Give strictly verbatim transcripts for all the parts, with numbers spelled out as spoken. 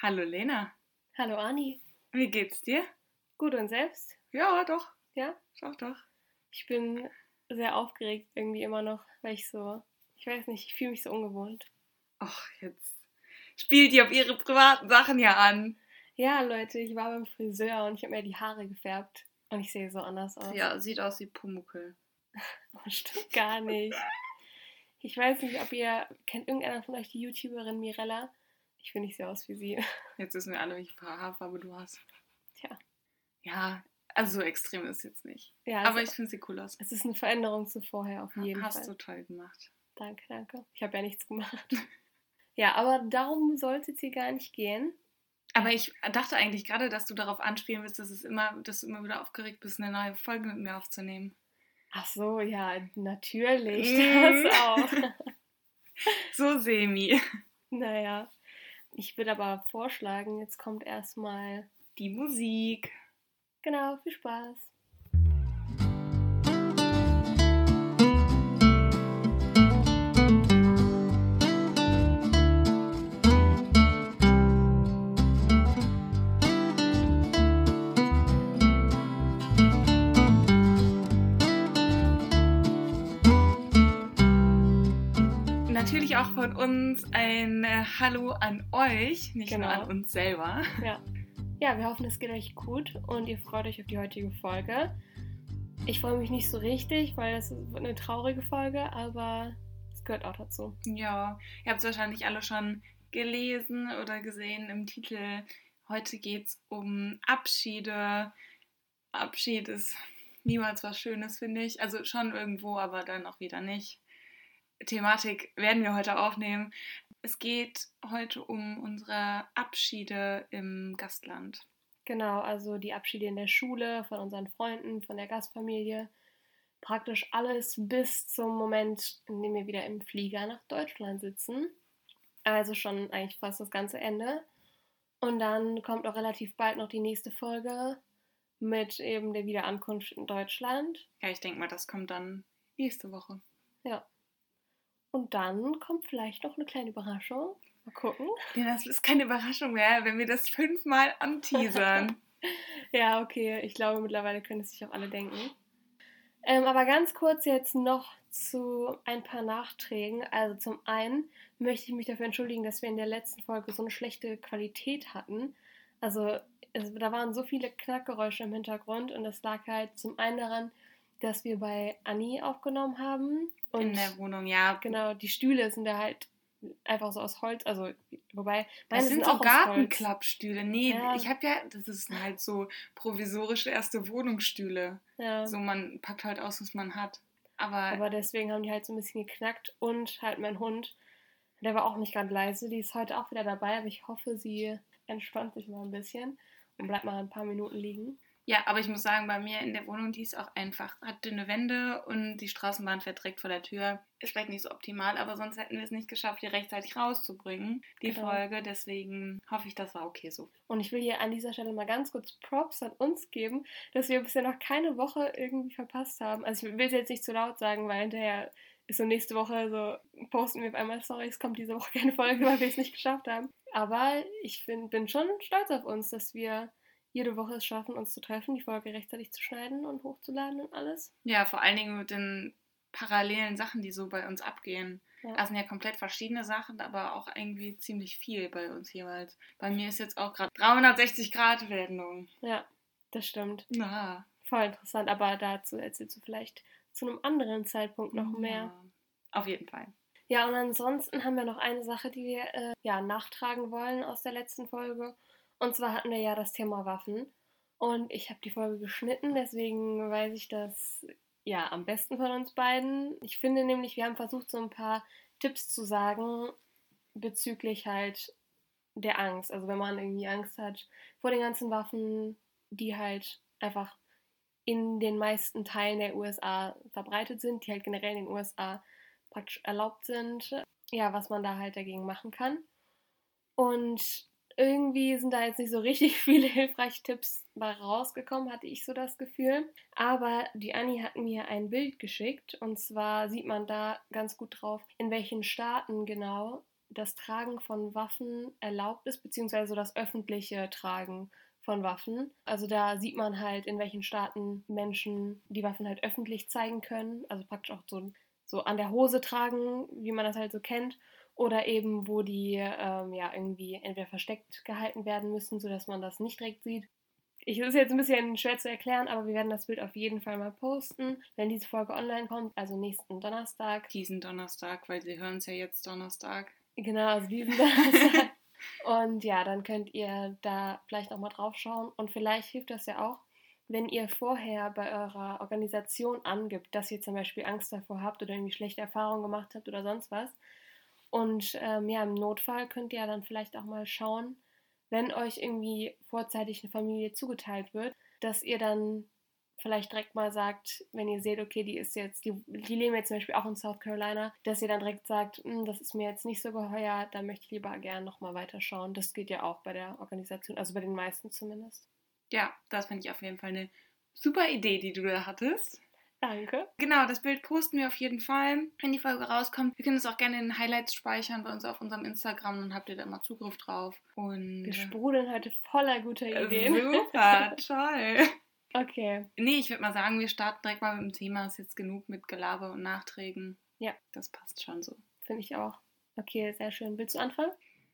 Hallo Lena, Hallo Ani. wie geht's dir? Gut und selbst? Ja, doch, Ja? doch, doch. Ich bin sehr aufgeregt irgendwie immer noch, weil ich so, ich weiß nicht, ich fühle mich so ungewohnt. Ach, jetzt spielt die auf ihre privaten Sachen ja an. Ja, Leute, ich war beim Friseur und ich habe mir die Haare gefärbt und ich sehe so anders aus. Ja, sieht aus wie Pumuckl. Oh, stimmt gar nicht. Ich weiß nicht, ob ihr, kennt irgendeiner von euch die YouTuberin Mirella? Ich finde, ich sehe aus wie sie. Jetzt wissen wir alle, welche Haarfarbe du hast. Tja. Ja, also so extrem ist jetzt nicht. Ja, Aber also, ich finde sie cool aus. es ist eine Veränderung zu vorher auf jeden Hast Fall. du toll gemacht. Danke, danke. Ich habe ja nichts gemacht. Ja, aber darum sollte es hier gar nicht gehen. Aber ich dachte eigentlich gerade, dass du darauf anspielen willst, dass, es immer, dass du immer wieder aufgeregt bist, eine neue Folge mit mir aufzunehmen. Ach so, ja, natürlich, Mm. das auch. So semi. Naja, ich würde aber vorschlagen, jetzt kommt erstmal, Die Musik. genau, viel Spaß. Natürlich auch von uns ein äh, Hallo an euch, nicht Genau. nur an uns selber. Ja. Ja, wir hoffen, es geht euch gut und ihr freut euch auf die heutige Folge. Ich freue mich nicht so richtig, weil es wird eine traurige Folge, aber es gehört auch dazu. Ja, ihr habt es wahrscheinlich alle schon gelesen oder gesehen im Titel. Heute geht es um Abschiede. Abschied ist niemals was Schönes, finde ich. Also schon irgendwo, aber dann auch wieder nicht. Thematik werden wir heute aufnehmen. Es geht heute um unsere Abschiede im Gastland. Genau, also die Abschiede in der Schule, von unseren Freunden, von der Gastfamilie. Praktisch alles bis zum Moment, in dem wir wieder im Flieger nach Deutschland sitzen. Also schon eigentlich fast das ganze Ende. Und dann kommt auch relativ bald noch die nächste Folge mit eben der Wiederankunft in Deutschland. Ja, ich denke mal, das kommt dann nächste Woche. Ja. Und dann kommt vielleicht noch eine kleine Überraschung. Mal gucken. Ja, das ist keine Überraschung mehr, wenn wir das fünfmal anteasern. Ja, okay. Ich glaube, mittlerweile können es sich auch alle denken. Ähm, aber ganz kurz jetzt noch zu ein paar Nachträgen. Also zum einen möchte ich mich dafür entschuldigen, dass wir in der letzten Folge so eine schlechte Qualität hatten. Also es, da waren so viele Knackgeräusche im Hintergrund und das lag halt zum einen daran, dass wir bei Anni aufgenommen haben. Und in der Wohnung, ja. Genau, die Stühle sind da halt einfach so aus Holz, also wobei Das meine sind sind so auch aus Holz. Gartenklappstühle. Nee, Ja. ich habe ja, das ist halt so provisorische erste Wohnungsstühle. Ja. So, man packt halt aus, was man hat. Aber, Aber deswegen haben die halt so ein bisschen geknackt und halt mein Hund, der war auch nicht gerade leise, die ist heute auch wieder dabei, aber ich hoffe, sie entspannt sich mal ein bisschen und bleibt mal ein paar Minuten liegen. ja, aber ich muss sagen, bei mir in der Wohnung, die ist auch einfach, hat dünne Wände und die Straßenbahn fährt direkt vor der Tür. Ist vielleicht nicht so optimal, aber sonst hätten wir es nicht geschafft, die rechtzeitig rauszubringen, die Genau. Folge. Deswegen hoffe ich, das war okay so. Und ich will hier an dieser Stelle mal ganz kurz Props an uns geben, dass wir bisher noch keine Woche irgendwie verpasst haben. Also ich will es jetzt nicht zu laut sagen, weil hinterher ist so nächste Woche so, posten wir auf einmal, sorry, es kommt diese Woche keine Folge, weil wir es nicht geschafft haben. Aber ich bin, bin schon stolz auf uns, dass wir jede Woche es schaffen, uns zu treffen, die Folge rechtzeitig zu schneiden und hochzuladen und alles. Ja, vor allen Dingen mit den parallelen Sachen, die so bei uns abgehen. Ja. Das sind ja komplett verschiedene Sachen, aber auch irgendwie ziemlich viel bei uns jeweils. Bei mir ist jetzt auch gerade dreihundertsechzig Grad Wendung. Ja, das stimmt. Na. Voll interessant, aber dazu erzählst du vielleicht zu einem anderen Zeitpunkt noch mehr. Ja, auf jeden Fall. Ja, und ansonsten haben wir noch eine Sache, die wir äh, ja, nachtragen wollen aus der letzten Folge. Und zwar hatten wir ja das Thema Waffen. Und ich habe die Folge geschnitten, deswegen weiß ich das ja am besten von uns beiden. Ich finde nämlich, wir haben versucht, so ein paar Tipps zu sagen bezüglich halt der Angst. Also wenn man irgendwie Angst hat vor den ganzen Waffen, die halt einfach in den meisten Teilen der U S A verbreitet sind, die halt generell in den U S A praktisch erlaubt sind, ja, was man da halt dagegen machen kann. Und irgendwie sind da jetzt nicht so richtig viele hilfreiche Tipps bei rausgekommen, hatte ich so das Gefühl. Aber die Anni hat mir ein Bild geschickt und zwar sieht man da ganz gut drauf, in welchen Staaten genau das Tragen von Waffen erlaubt ist, beziehungsweise das öffentliche Tragen von Waffen. Also da sieht man halt, in welchen Staaten Menschen die Waffen halt öffentlich zeigen können, also praktisch auch so, so an der Hose tragen, wie man das halt so kennt, oder eben, wo die ähm, ja irgendwie entweder versteckt gehalten werden müssen, sodass man das nicht direkt sieht. Ich, das ist jetzt ein bisschen schwer zu erklären, aber wir werden das Bild auf jeden Fall mal posten, wenn diese Folge online kommt, also nächsten Donnerstag. Diesen Donnerstag, weil Sie hören es ja jetzt Donnerstag. Genau, also diesen Donnerstag. Und ja, dann könnt ihr da vielleicht auch mal drauf schauen. Und vielleicht hilft das ja auch, wenn ihr vorher bei eurer Organisation angibt, dass ihr zum Beispiel Angst davor habt oder irgendwie schlechte Erfahrungen gemacht habt oder sonst was. Und ähm, ja, im Notfall könnt ihr dann vielleicht auch mal schauen, wenn euch irgendwie vorzeitig eine Familie zugeteilt wird, dass ihr dann vielleicht direkt mal sagt, wenn ihr seht, okay, die ist jetzt, die, die leben jetzt zum Beispiel auch in South Carolina, dass ihr dann direkt sagt, das ist mir jetzt nicht so geheuer, da möchte ich lieber gerne nochmal weiterschauen. Das geht ja auch bei der Organisation, also bei den meisten zumindest. Ja, das finde ich auf jeden Fall eine super Idee, die du da hattest. Danke. Genau, das Bild posten wir auf jeden Fall, wenn die Folge rauskommt. Wir können es auch gerne in Highlights speichern bei uns auf unserem Instagram, dann habt ihr da immer Zugriff drauf. Und wir sprudeln heute voller guter Ideen. Super, toll. Okay. Nee, ich würde mal sagen, wir starten direkt mal mit dem Thema. Ist jetzt genug mit Gelaber und Nachträgen. Ja. Das passt schon so. Finde ich auch. Okay, sehr schön. Willst du anfangen?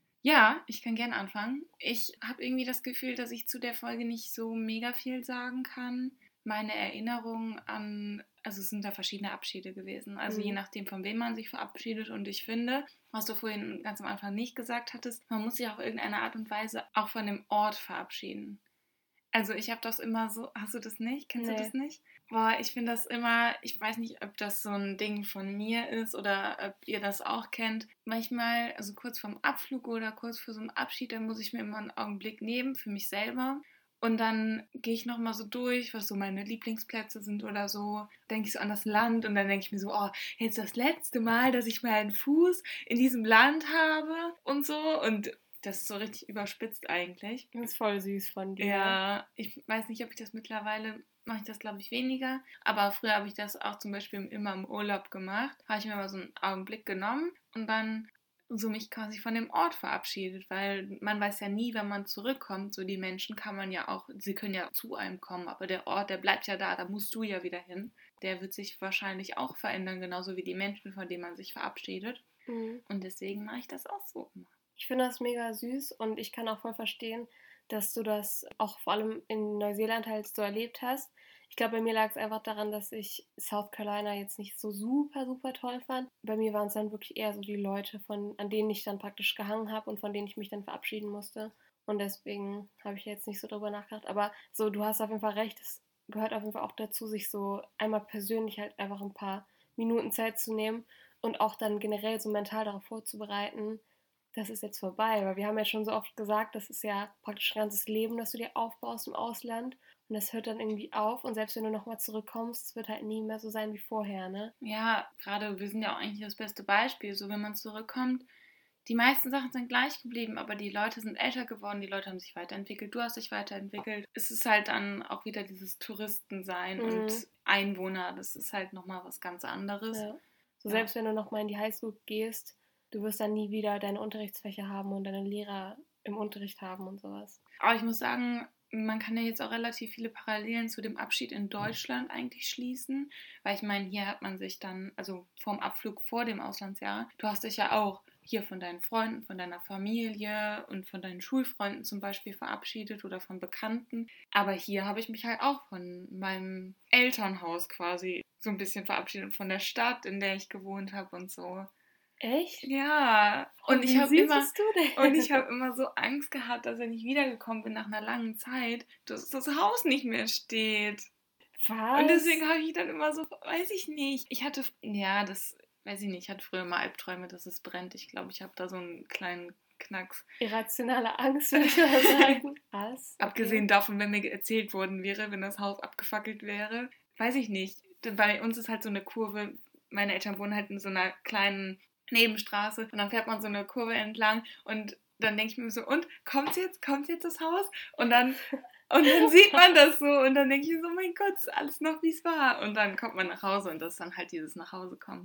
Ja, ich kann gerne anfangen. Ich habe irgendwie das Gefühl, dass ich zu der Folge nicht so mega viel sagen kann. Meine Erinnerungen an, also es sind da verschiedene Abschiede gewesen, also mhm. je nachdem, von wem man sich verabschiedet. Und ich finde, was du vorhin ganz am Anfang nicht gesagt hattest, man muss sich auf irgendeine Art und Weise auch von dem Ort verabschieden. Also ich habe das immer so, hast du das nicht? Kennst nee. du das nicht? Boah, ich finde das immer, ich weiß nicht, ob das so ein Ding von mir ist oder ob ihr das auch kennt. Manchmal, also kurz vorm Abflug oder kurz vor so einem Abschied, dann muss ich mir immer einen Augenblick nehmen für mich selber. Und dann gehe ich nochmal so durch, was so meine Lieblingsplätze sind oder so. Denke ich so an das Land und dann denke ich mir so, oh, jetzt das letzte Mal, dass ich meinen Fuß in diesem Land habe und so. Und das ist so richtig überspitzt eigentlich. Das ist voll süß von dir. Ja, ich weiß nicht, ob ich das mittlerweile, mache ich das glaube ich weniger. Aber früher habe ich das auch zum Beispiel immer im Urlaub gemacht. Habe ich mir mal so einen Augenblick genommen und dann so mich quasi von dem Ort verabschiedet, weil man weiß ja nie, wenn man zurückkommt, so die Menschen kann man ja auch, sie können ja zu einem kommen, aber der Ort, der bleibt ja da, da musst du ja wieder hin. Der wird sich wahrscheinlich auch verändern, genauso wie die Menschen, von denen man sich verabschiedet. Mhm. Und deswegen mache ich das auch so immer. Ich finde das mega süß und ich kann auch voll verstehen, dass du das auch vor allem in Neuseeland halt so erlebt hast. Ich glaube, bei mir lag es einfach daran, dass ich South Carolina jetzt nicht so super, super toll fand. Bei mir waren es dann wirklich eher so die Leute, von, an denen ich dann praktisch gehangen habe und von denen ich mich dann verabschieden musste. Und deswegen habe ich jetzt nicht so drüber nachgedacht. Aber so, du hast auf jeden Fall recht, es gehört auf jeden Fall auch dazu, sich so einmal persönlich halt einfach ein paar Minuten Zeit zu nehmen und auch dann generell so mental darauf vorzubereiten, das ist jetzt vorbei. Weil wir haben ja schon so oft gesagt, das ist ja praktisch ein ganzes Leben, das du dir aufbaust im Ausland. Und das hört dann irgendwie auf und selbst wenn du nochmal zurückkommst, es wird halt nie mehr so sein wie vorher, ne? Ja, gerade wir sind ja auch eigentlich das beste Beispiel. So, wenn man zurückkommt, die meisten Sachen sind gleich geblieben, aber die Leute sind älter geworden, die Leute haben sich weiterentwickelt, du hast dich weiterentwickelt. Es ist halt dann auch wieder dieses Touristensein mhm. und Einwohner, das ist halt nochmal was ganz anderes. Ja. So ja. Selbst wenn du nochmal in die Highschool gehst, du wirst dann nie wieder deine Unterrichtsfächer haben und deine Lehrer im Unterricht haben und sowas. Aber ich muss sagen, man kann ja jetzt auch relativ viele Parallelen zu dem Abschied in Deutschland eigentlich schließen, weil ich meine, hier hat man sich dann, also vorm Abflug vor dem Auslandsjahr, du hast dich ja auch hier von deinen Freunden, von deiner Familie und von deinen Schulfreunden zum Beispiel verabschiedet oder von Bekannten. Aber hier habe ich mich halt auch von meinem Elternhaus quasi so ein bisschen verabschiedet, von der Stadt, in der ich gewohnt habe und so. Echt? Ja. Und, und ich habe immer du denn? und ich habe immer so Angst gehabt, dass wenn ich wiedergekommen bin nach einer langen Zeit, dass das Haus nicht mehr steht. Was? Und deswegen habe ich dann immer so, weiß ich nicht. Ich hatte, ja, das, weiß ich nicht, ich hatte früher mal Albträume, dass es brennt. Ich glaube, ich habe da so einen kleinen Knacks. Irrationale Angst, würde ich mal sagen. Was? Okay. Abgesehen davon, wenn mir erzählt worden wäre, wenn das Haus abgefackelt wäre. Weiß ich nicht. Bei uns ist halt so eine Kurve, meine Eltern wohnen halt in so einer kleinen Nebenstraße und dann fährt man so eine Kurve entlang und dann denke ich mir so, und, kommt's jetzt, kommt jetzt das Haus? Und dann, und dann sieht man das so und dann denke ich mir so, mein Gott, ist alles noch wie es war. Und dann kommt man nach Hause und das ist dann halt dieses Nachhausekommen.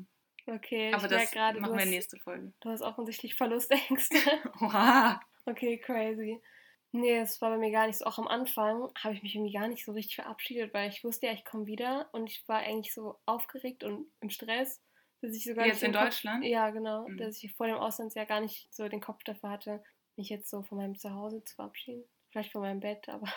Okay, Aber ich das merke gerade, machen du wir hast, nächste Folge. du hast offensichtlich Verlustängste. Oha. Okay, crazy. Nee, es war bei mir gar nicht so. Auch am Anfang habe ich mich irgendwie gar nicht so richtig verabschiedet, weil ich wusste ja, ich komme wieder und ich war eigentlich so aufgeregt und im Stress, dass ich so gar nicht Jetzt in den Kopf, Deutschland? ja genau, Mhm. dass ich vor dem Auslandsjahr gar nicht so den Kopf dafür hatte, mich jetzt so von meinem Zuhause zu verabschieden. Vielleicht von meinem Bett, aber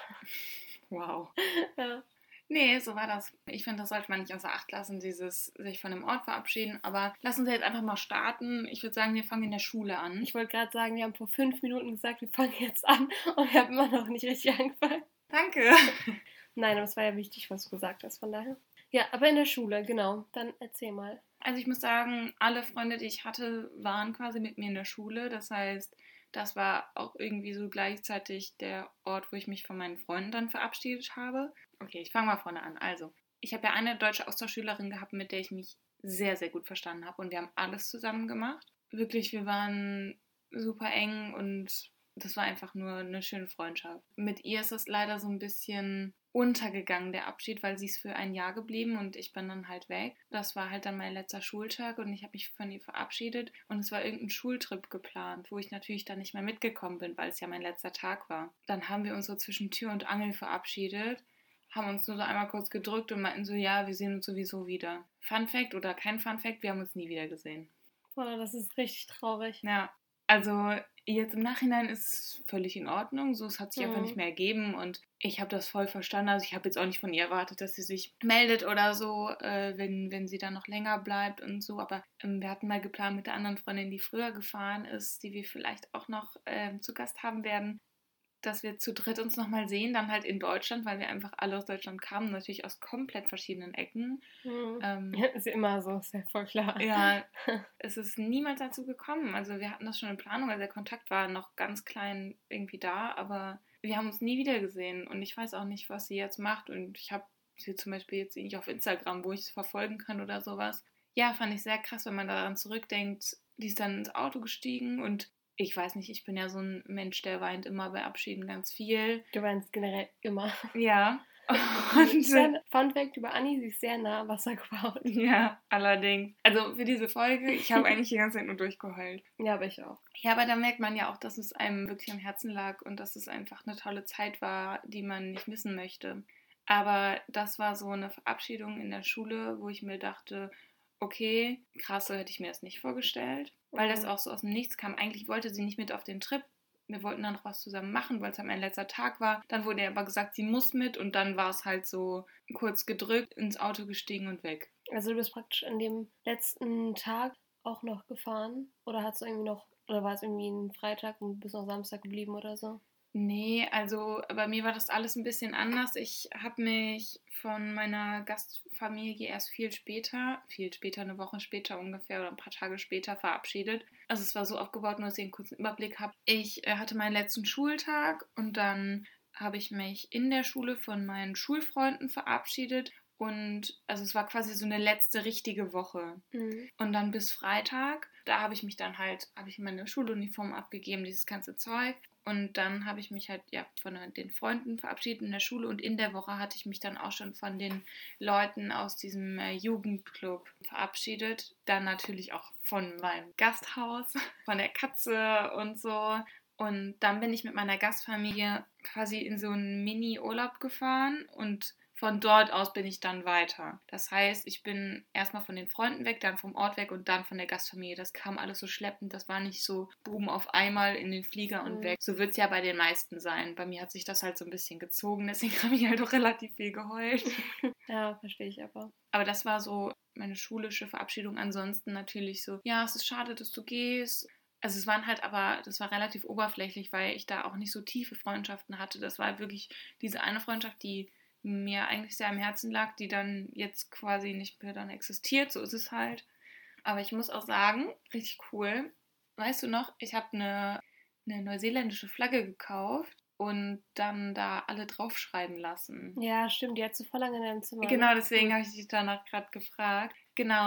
Wow. ja. Nee, so war das. Ich finde, das sollte man nicht außer Acht lassen, dieses sich von dem Ort verabschieden. Aber lassen Sie jetzt einfach mal starten. Ich würde sagen, wir fangen in der Schule an. Ich wollte gerade sagen, wir haben vor fünf Minuten gesagt, wir fangen jetzt an und wir haben immer noch nicht richtig angefangen. Danke. Nein, aber es war ja wichtig, was du gesagt hast, von daher. Ja, aber in der Schule, genau. Dann erzähl mal. Also ich muss sagen, alle Freunde, die ich hatte, waren quasi mit mir in der Schule. Das heißt, das war auch irgendwie so gleichzeitig der Ort, wo ich mich von meinen Freunden dann verabschiedet habe. Okay, ich fange mal vorne an. Also, ich habe ja eine deutsche Austauschschülerin gehabt, mit der ich mich sehr, sehr gut verstanden habe. Und wir haben alles zusammen gemacht. Wirklich, wir waren super eng und das war einfach nur eine schöne Freundschaft. Mit ihr ist es leider so ein bisschen untergegangen, der Abschied, weil sie ist für ein Jahr geblieben und ich bin dann halt weg. Das war halt dann mein letzter Schultag und ich habe mich von ihr verabschiedet und es war irgendein Schultrip geplant, wo ich natürlich dann nicht mehr mitgekommen bin, weil es ja mein letzter Tag war. Dann haben wir uns so zwischen Tür und Angel verabschiedet, haben uns nur so einmal kurz gedrückt und meinten so, ja, wir sehen uns sowieso wieder. Fun Fact oder kein Fun Fact, wir haben uns nie wieder gesehen. Boah, das ist richtig traurig. Ja, also jetzt im Nachhinein ist es völlig in Ordnung. So, es hat sich einfach nicht Mhm. mehr ergeben und ich habe das voll verstanden. Also ich habe jetzt auch nicht von ihr erwartet, dass sie sich meldet oder so, äh, wenn, wenn sie dann noch länger bleibt und so. Aber ähm, wir hatten mal geplant mit der anderen Freundin, die früher gefahren ist, die wir vielleicht auch noch ähm, zu Gast haben werden, dass wir zu dritt uns nochmal sehen, dann halt in Deutschland, weil wir einfach alle aus Deutschland kamen, natürlich aus komplett verschiedenen Ecken. Mhm. Ähm, Ist ja immer so, ist ja voll klar. ja, es ist niemals dazu gekommen. Also wir hatten das schon in Planung, also der Kontakt war noch ganz klein irgendwie da, aber wir haben uns nie wieder gesehen und ich weiß auch nicht, was sie jetzt macht und ich habe sie zum Beispiel jetzt nicht auf Instagram, wo ich sie verfolgen kann oder sowas. Ja, fand ich sehr krass, wenn man daran zurückdenkt, die ist dann ins Auto gestiegen und ich weiß nicht, ich bin ja so ein Mensch, der weint immer bei Abschieden ganz viel. Du weinst generell immer. Ja. Und Und sehr, Fun Fact über Anni, sie ist sehr nah am Wasser gebaut. ja, allerdings. Also für diese Folge, ich habe eigentlich die ganze Zeit nur durchgeheult. Ja, aber ich auch. Ja, aber da merkt man ja auch, dass es einem wirklich am Herzen lag und dass es einfach eine tolle Zeit war, die man nicht missen möchte. Aber das war so eine Verabschiedung in der Schule, wo ich mir dachte, okay, krass, so hätte ich mir das nicht vorgestellt, weil das Mhm. auch so aus dem Nichts kam. Eigentlich wollte sie nicht mit auf den Trip. Wir wollten dann noch was zusammen machen, weil es halt mein letzter Tag war. Dann wurde ihr aber gesagt, sie muss mit und dann war es halt so kurz gedrückt, ins Auto gestiegen und weg. Also du bist praktisch an dem letzten Tag auch noch gefahren? Oder hast du irgendwie noch, oder war es irgendwie ein Freitag und bist noch Samstag geblieben oder so? Nee, also bei mir war das alles ein bisschen anders. Ich habe mich von meiner Gastfamilie erst viel später, viel später, eine Woche später ungefähr oder ein paar Tage später verabschiedet. Also es war so aufgebaut, nur dass ihr einen kurzen Überblick habt. Ich äh, hatte meinen letzten Schultag und dann habe ich mich in der Schule von meinen Schulfreunden verabschiedet. Und also es war quasi so eine letzte richtige Woche. Mhm. Und dann bis Freitag, da habe ich mich dann halt, habe ich meine Schuluniform abgegeben, dieses ganze Zeug. Und dann habe ich mich halt ja von den Freunden verabschiedet in der Schule und in der Woche hatte ich mich dann auch schon von den Leuten aus diesem äh, Jugendclub verabschiedet. Dann natürlich auch von meinem Gasthaus, von der Katze und so. Und dann bin ich mit meiner Gastfamilie quasi in so einen Mini-Urlaub gefahren und von dort aus bin ich dann weiter. Das heißt, ich bin erstmal von den Freunden weg, dann vom Ort weg und dann von der Gastfamilie. Das kam alles so schleppend, das war nicht so boom auf einmal in den Flieger und Mhm. weg. So wird es ja bei den meisten sein. Bei mir hat sich das halt so ein bisschen gezogen, deswegen habe ich halt auch relativ viel geheult. Ja, verstehe ich aber. Aber das war so meine schulische Verabschiedung. Ansonsten natürlich so, ja, es ist schade, dass du gehst. Also es waren halt aber, das war relativ oberflächlich, weil ich da auch nicht so tiefe Freundschaften hatte. Das war wirklich diese eine Freundschaft, die mir eigentlich sehr am Herzen lag, die dann jetzt quasi nicht mehr dann existiert. So ist es halt. Aber ich muss auch sagen, richtig cool. Weißt du noch, ich habe eine, eine neuseeländische Flagge gekauft und dann da alle draufschreiben lassen. Ja, stimmt, die hast du voll lange in deinem Zimmer. Genau, Ne? deswegen Mhm. habe ich dich danach gerade gefragt. Genau,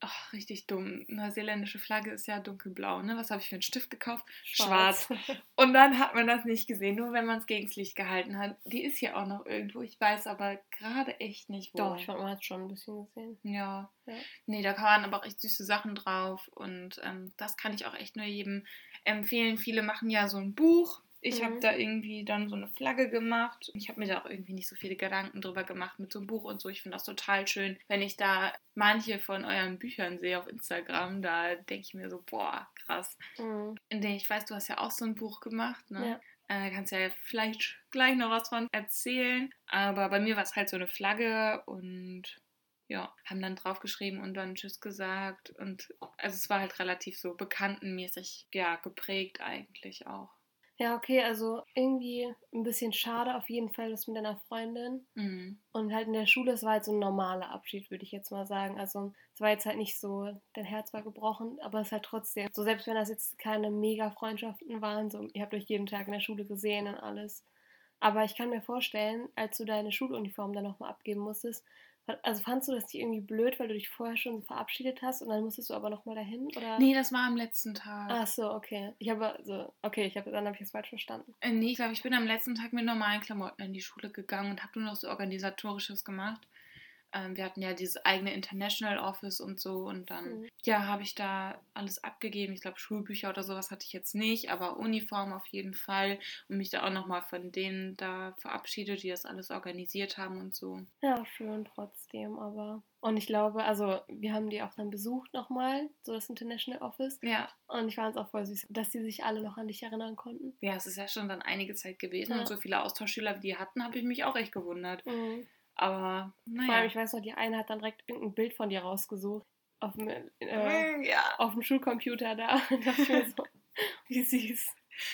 Ach, richtig dumm. Neuseeländische Flagge ist ja dunkelblau, ne? Was habe ich für einen Stift gekauft? Schwarz. Schwarz. Und dann hat man das nicht gesehen, nur wenn man es gegens Licht gehalten hat. Die ist hier auch noch irgendwo, ich weiß aber gerade echt nicht wo. Doch, ich fand, man hat schon ein bisschen gesehen. Ja. Ja. Nee, da kann man aber auch echt süße Sachen drauf und ähm, das kann ich auch echt nur jedem empfehlen. Viele machen ja so ein Buch. Ich Mhm. habe da irgendwie dann so eine Flagge gemacht. Ich habe mir da auch irgendwie nicht so viele Gedanken drüber gemacht mit so einem Buch und so. Ich finde das total schön, wenn ich da manche von euren Büchern sehe auf Instagram. Da denke ich mir so, boah, krass. Mhm. In der, ich weiß, du hast ja auch so ein Buch gemacht, ne? Ja. Äh, kannst ja vielleicht gleich noch was von erzählen. Aber bei mir war es halt so eine Flagge und ja, haben dann draufgeschrieben und dann Tschüss gesagt. Und also es war halt relativ so bekanntenmäßig, ja, geprägt eigentlich auch. Ja, okay, also irgendwie ein bisschen schade auf jeden Fall das mit deiner Freundin. Mhm. Und halt in der Schule, es war halt so ein normaler Abschied, würde ich jetzt mal sagen. Also es war jetzt halt nicht so, dein Herz war gebrochen, aber es ist halt trotzdem, so selbst wenn das jetzt keine Mega-Freundschaften waren, so ihr habt euch jeden Tag in der Schule gesehen und alles. Aber ich kann mir vorstellen, als du deine Schuluniform dann nochmal abgeben musstest, also fandst du das nicht irgendwie blöd, weil du dich vorher schon verabschiedet hast und dann musstest du aber nochmal dahin? Oder? Nee, das war am letzten Tag. Ach so, okay. Ich habe also, okay, ich habe dann habe ich es falsch verstanden. Äh, nee, ich glaube, ich bin am letzten Tag mit normalen Klamotten in die Schule gegangen und habe nur noch so Organisatorisches gemacht. Ähm, wir hatten ja dieses eigene International Office und so und dann, Mhm. ja, habe ich da alles abgegeben. Ich glaube, Schulbücher oder sowas hatte ich jetzt nicht, aber Uniform auf jeden Fall und mich da auch nochmal von denen da verabschiedet, die das alles organisiert haben und so. Ja, schön trotzdem, aber. Und ich glaube, also wir haben die auch dann besucht nochmal, so das International Office. Ja. Und ich fand es auch voll süß, dass die sich alle noch an dich erinnern konnten. Ja, es ist ja schon dann einige Zeit gewesen Ja. und so viele Austauschschüler, wie die hatten, habe ich mich auch echt gewundert. Mhm. Aber, Vor allem, naja. ich weiß noch, die eine hat dann direkt irgendein Bild von dir rausgesucht. Auf dem, äh, Mm, ja. auf dem Schulcomputer da. Und dachte ich mir so, wie süß.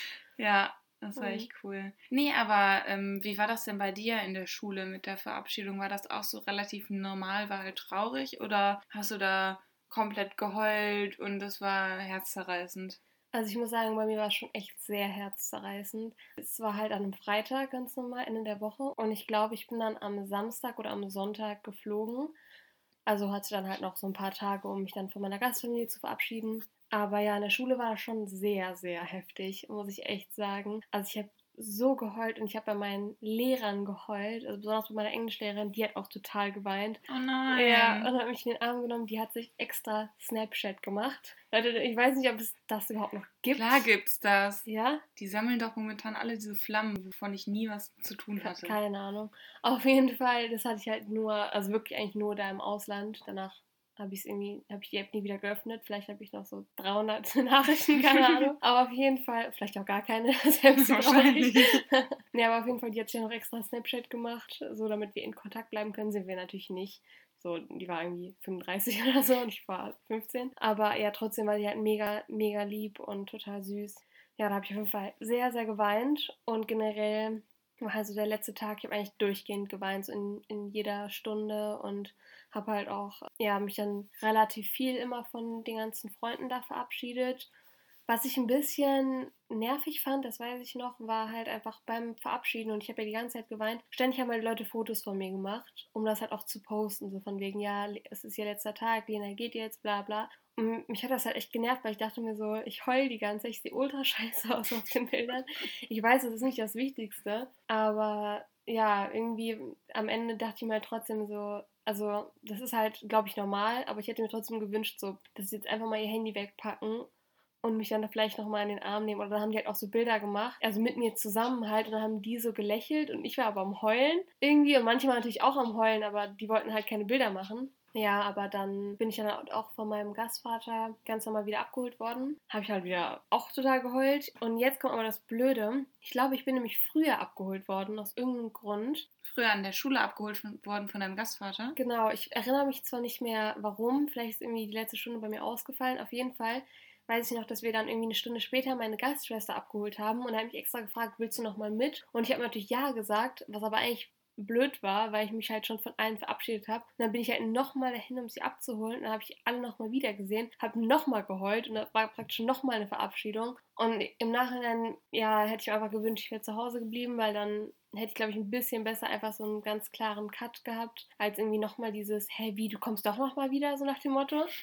Ja, das war Mhm. echt cool. Nee, aber ähm, wie war das denn bei dir in der Schule mit der Verabschiedung? War das auch so relativ normal, war halt traurig oder hast du da komplett geheult und das war herzzerreißend? Also ich muss sagen, bei mir war es schon echt sehr herzzerreißend. Es war halt an einem Freitag ganz normal, Ende der Woche. Und ich glaube, ich bin dann am Samstag oder am Sonntag geflogen. Also hatte dann halt noch so ein paar Tage, um mich dann von meiner Gastfamilie zu verabschieden. Aber ja, in der Schule war das schon sehr, sehr heftig, muss ich echt sagen. Also ich habe so geheult und ich habe bei meinen Lehrern geheult, also besonders bei meiner Englischlehrerin, die hat auch total geweint. Oh nein. Ja, und hat mich in den Arm genommen, die hat sich extra Snapchat gemacht. Leute, ich weiß nicht, ob es das überhaupt noch gibt. Klar gibt's das. Ja? Die sammeln doch momentan alle diese Flammen, wovon ich nie was zu tun hatte. Keine Ahnung. Auf jeden Fall, das hatte ich halt nur, also wirklich eigentlich nur da im Ausland. Danach habe ich es irgendwie, habe ich die App nie wieder geöffnet. Vielleicht habe ich noch so dreihundert Nachrichten, keine Ahnung. Aber auf jeden Fall, vielleicht auch gar keine, selbst Wahrscheinlich. Nee, aber auf jeden Fall, die hat sich ja noch extra Snapchat gemacht, so damit wir in Kontakt bleiben können, sind wir natürlich nicht. So, die war irgendwie fünfunddreißig oder so und ich war fünfzehn. Aber ja, trotzdem war die halt mega, mega lieb und total süß. Ja, da habe ich auf jeden Fall sehr, sehr geweint und generell war also der letzte Tag, ich habe eigentlich durchgehend geweint, so in, in jeder Stunde und habe halt auch, ja, mich dann relativ viel immer von den ganzen Freunden da verabschiedet. Was ich ein bisschen nervig fand, das weiß ich noch, war halt einfach beim Verabschieden und ich habe ja die ganze Zeit geweint. Ständig haben halt Leute Fotos von mir gemacht, um das halt auch zu posten, so von wegen, ja, es ist ihr letzter Tag, Lena geht jetzt, bla bla. Und mich hat das halt echt genervt, weil ich dachte mir so, ich heul die ganze Zeit, ich sehe ultra scheiße aus auf den Bildern. Ich weiß, das ist nicht das Wichtigste, aber ja, irgendwie am Ende dachte ich mir halt trotzdem so, also das ist halt, glaube ich, normal, aber ich hätte mir trotzdem gewünscht, so, dass sie jetzt einfach mal ihr Handy wegpacken und mich dann da vielleicht nochmal in den Arm nehmen. Oder dann haben die halt auch so Bilder gemacht, also mit mir zusammen halt. Und dann haben die so gelächelt und ich war aber am Heulen irgendwie. Und manche waren natürlich auch am Heulen, aber die wollten halt keine Bilder machen. Ja, aber dann bin ich dann auch von meinem Gastvater ganz normal wieder abgeholt worden. Habe ich halt wieder auch total geheult. Und jetzt kommt aber das Blöde. Ich glaube, ich bin nämlich früher abgeholt worden, aus irgendeinem Grund. Früher an der Schule abgeholt von, worden von deinem Gastvater? Genau, ich erinnere mich zwar nicht mehr, warum. Vielleicht ist irgendwie die letzte Stunde bei mir ausgefallen. Auf jeden Fall weiß ich noch, dass wir dann irgendwie eine Stunde später meine Gastschwester abgeholt haben und er hat mich extra gefragt, willst du noch mal mit? Und ich habe natürlich ja gesagt, was aber eigentlich blöd war, weil ich mich halt schon von allen verabschiedet habe. Und dann bin ich halt nochmal dahin, um sie abzuholen. Und dann habe ich alle nochmal wieder gesehen, habe nochmal geheult und das war praktisch nochmal eine Verabschiedung. Und im Nachhinein, ja, hätte ich mir einfach gewünscht, ich wäre zu Hause geblieben, weil dann hätte ich, glaube ich, ein bisschen besser einfach so einen ganz klaren Cut gehabt, als irgendwie nochmal dieses, hey, wie, du kommst doch nochmal wieder, so nach dem Motto.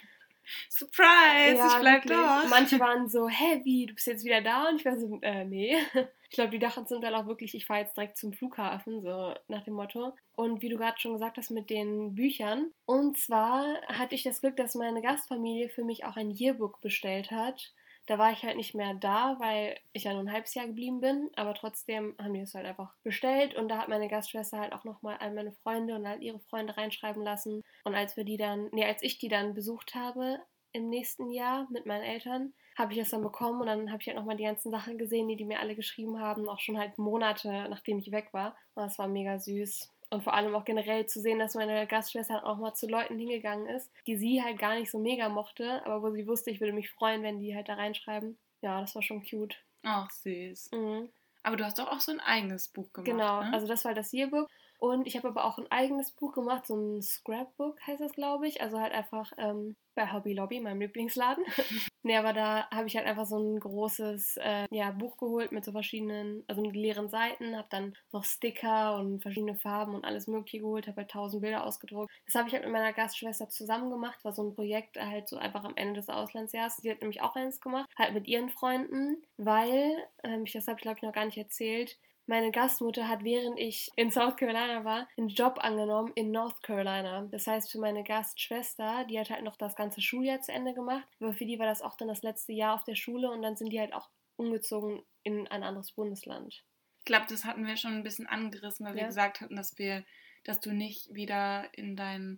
Surprise, Ja, ich bleib wirklich. doch. Manche waren so, hä, wie, du bist jetzt wieder da? Und ich war so, äh, nee. Ich glaube, die dachten zum Teil auch wirklich, ich fahre jetzt direkt zum Flughafen, so nach dem Motto. Und wie du gerade schon gesagt hast mit den Büchern. Und zwar hatte ich das Glück, dass meine Gastfamilie für mich auch ein Yearbook bestellt hat. Da war ich halt nicht mehr da, weil ich ja nur ein halbes Jahr geblieben bin. Aber trotzdem haben die es halt einfach bestellt. Und da hat meine Gastschwester halt auch nochmal all meine Freunde und all ihre Freunde reinschreiben lassen. Und als wir die dann, nee, als ich die dann besucht habe im nächsten Jahr mit meinen Eltern, habe ich es dann bekommen und dann habe ich halt nochmal die ganzen Sachen gesehen, die die mir alle geschrieben haben, auch schon halt Monate, nachdem ich weg war. Und das war mega süß. Und vor allem auch generell zu sehen, dass meine Gastschwester auch mal zu Leuten hingegangen ist, die sie halt gar nicht so mega mochte, aber wo sie wusste, ich würde mich freuen, wenn die halt da reinschreiben. Ja, das war schon cute. Ach, süß. Mhm. Aber du hast doch auch so ein eigenes Buch gemacht, Genau, ne? also das war das Yearbook. Und ich habe aber auch ein eigenes Buch gemacht, so ein Scrapbook heißt das, glaube ich. Also halt einfach ähm, bei Hobby Lobby, meinem Lieblingsladen. Nee, aber da habe ich halt einfach so ein großes äh, ja, Buch geholt mit so verschiedenen, also mit leeren Seiten, habe dann noch Sticker und verschiedene Farben und alles mögliche geholt, habe halt tausend Bilder ausgedruckt. Das habe ich halt mit meiner Gastschwester zusammen gemacht, war so ein Projekt halt so einfach am Ende des Auslandsjahres. Die hat nämlich auch eins gemacht, halt mit ihren Freunden, weil, ähm, ich, das habe ich glaube ich noch gar nicht erzählt, meine Gastmutter hat, während ich in South Carolina war, einen Job angenommen in North Carolina. Das heißt, für meine Gastschwester, die hat halt noch das ganze Schuljahr zu Ende gemacht, aber für die war das auch dann das letzte Jahr auf der Schule und dann sind die halt auch umgezogen in ein anderes Bundesland. Ich glaube, das hatten wir schon ein bisschen angerissen, weil wir Ja. gesagt hatten, dass wir, dass du nicht wieder in dein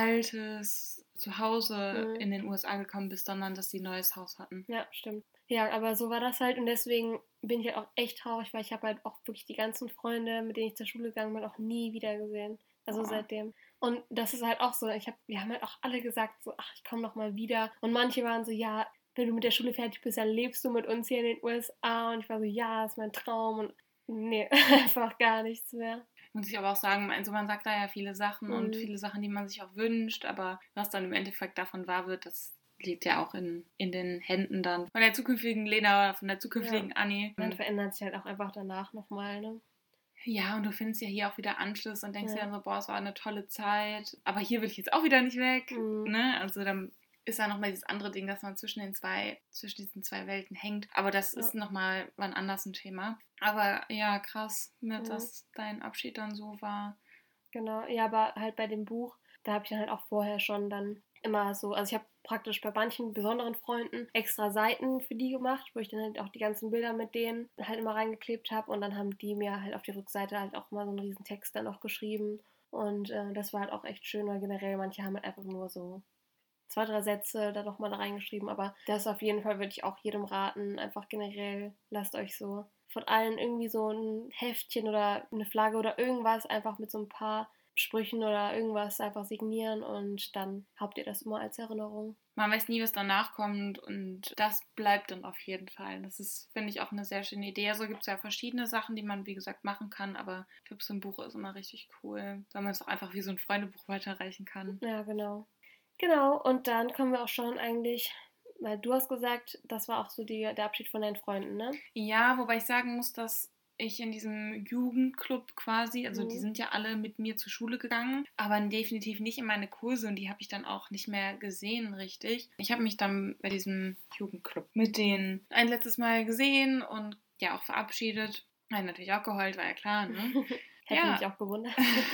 altes Zuhause Mhm. in den U S A gekommen bist, sondern dass sie ein neues Haus hatten. Ja, stimmt. Ja, aber so war das halt und deswegen bin ich halt auch echt traurig, weil ich habe halt auch wirklich die ganzen Freunde, mit denen ich zur Schule gegangen bin, auch nie wieder gesehen. Also Oh. seitdem. Und das ist halt auch so, ich hab, wir haben halt auch alle gesagt, so, ach, ich komme noch mal wieder. Und manche waren so, ja, wenn du mit der Schule fertig bist, dann lebst du mit uns hier in den U S A. Und ich war so, ja, das ist mein Traum. Und nee, einfach gar nichts mehr. Muss ich aber auch sagen, also man sagt da ja viele Sachen Mhm. und viele Sachen, die man sich auch wünscht, aber was dann im Endeffekt davon wahr wird, das liegt ja auch in, in den Händen dann von der zukünftigen Lena oder von der zukünftigen Ja. Anni. Man verändert sich halt auch einfach danach nochmal, ne? Ja, und du findest ja hier auch wieder Anschluss und denkst Ja. dir dann so, boah, es war eine tolle Zeit, aber hier will ich jetzt auch wieder nicht weg, Mhm. ne? Also dann ist da nochmal dieses andere Ding, dass man zwischen den zwei, zwischen diesen zwei Welten hängt. Aber das Ja. ist nochmal wann anders ein Thema. Aber ja, krass, mit, Mhm. dass dein Abschied dann so war. Genau, ja, aber halt bei dem Buch, da habe ich dann halt auch vorher schon dann immer so, also ich habe praktisch bei manchen besonderen Freunden extra Seiten für die gemacht, wo ich dann halt auch die ganzen Bilder mit denen halt immer reingeklebt habe und dann haben die mir halt auf die Rückseite halt auch mal so einen riesen Text dann noch geschrieben und äh, das war halt auch echt schön, weil generell manche haben halt einfach nur so zwei, drei Sätze da nochmal da reingeschrieben, aber das auf jeden Fall würde ich auch jedem raten, einfach generell lasst euch so von allen irgendwie so ein Heftchen oder eine Flagge oder irgendwas einfach mit so ein paar Sprüchen oder irgendwas einfach signieren und dann habt ihr das immer als Erinnerung. Man weiß nie, was danach kommt und das bleibt dann auf jeden Fall. Das ist, finde ich, auch eine sehr schöne Idee. Also gibt es ja verschiedene Sachen, die man, wie gesagt, machen kann, aber ich glaube, so ein Buch ist immer richtig cool, weil man es auch einfach wie so ein Freundebuch weiterreichen kann. Ja, genau. Genau, und dann kommen wir auch schon eigentlich, weil du hast gesagt, das war auch so die, der Abschied von deinen Freunden, ne? Ja, wobei ich sagen muss, dass ich in diesem Jugendclub quasi, also die Mhm. sind ja alle mit mir zur Schule gegangen, aber definitiv nicht in meine Kurse und die habe ich dann auch nicht mehr gesehen, richtig. Ich habe mich dann bei diesem Jugendclub mit denen ein letztes Mal gesehen und ja auch verabschiedet. Habe natürlich auch geheult, war ja klar, ne? Hätte Ja. mich auch gewundert.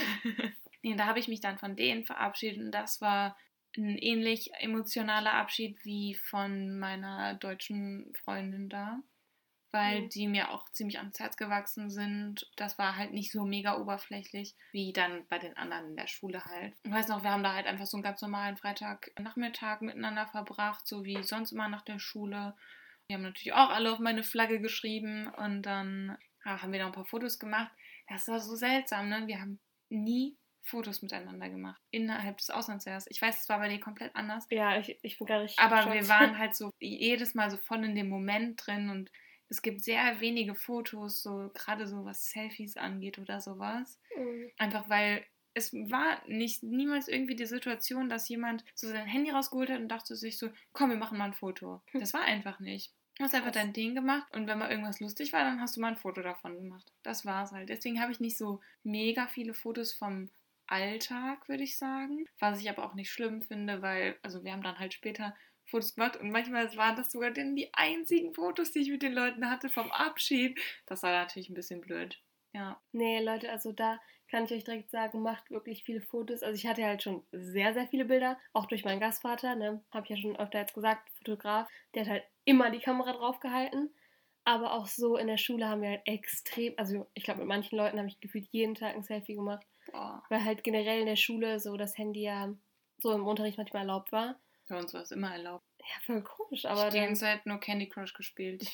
Nee, da habe ich mich dann von denen verabschiedet und das war ein ähnlich emotionaler Abschied wie von meiner deutschen Freundin da, weil Mhm. die mir auch ziemlich ans Herz gewachsen sind. Das war halt nicht so mega oberflächlich wie dann bei den anderen in der Schule halt. Ich weiß noch, wir haben da halt einfach so einen ganz normalen Freitagnachmittag miteinander verbracht, so wie sonst immer nach der Schule. Die haben natürlich auch alle auf meine Flagge geschrieben und dann ja, haben wir noch ein paar Fotos gemacht. Das war so seltsam, ne? Wir haben nie Fotos miteinander gemacht innerhalb des Auslandsjahres. Ich weiß, es war bei dir komplett anders. Ja, ich, ich bin gar nicht Aber geschockt. wir waren halt so jedes Mal so voll in dem Moment drin und es gibt sehr wenige Fotos, so gerade so was Selfies angeht oder sowas. Mhm. Einfach weil es war nicht niemals irgendwie die Situation, dass jemand so sein Handy rausgeholt hat und dachte sich so, komm, wir machen mal ein Foto. Das war einfach nicht. Du hast einfach Krass. dein Ding gemacht und wenn mal irgendwas lustig war, dann hast du mal ein Foto davon gemacht. Das war's halt. Deswegen habe ich nicht so mega viele Fotos vom Alltag, würde ich sagen. Was ich aber auch nicht schlimm finde, weil, also wir haben dann halt später Fotos gemacht und manchmal waren das sogar dann die einzigen Fotos, die ich mit den Leuten hatte vom Abschied. Das war natürlich ein bisschen blöd. Ja. Nee, Leute, also da kann ich euch direkt sagen, macht wirklich viele Fotos. Also ich hatte halt schon sehr, sehr viele Bilder, auch durch meinen Gastvater, ne, habe ich ja schon öfter jetzt gesagt, Fotograf, der hat halt immer die Kamera drauf gehalten. Aber auch so in der Schule haben wir halt extrem, also ich glaube, mit manchen Leuten habe ich gefühlt jeden Tag ein Selfie gemacht, Boah. weil halt generell in der Schule so das Handy ja so im Unterricht manchmal erlaubt war. Bei uns war es immer erlaubt. Ja, voll komisch, Ich aber habe die dann ganze Zeit nur Candy Crush gespielt.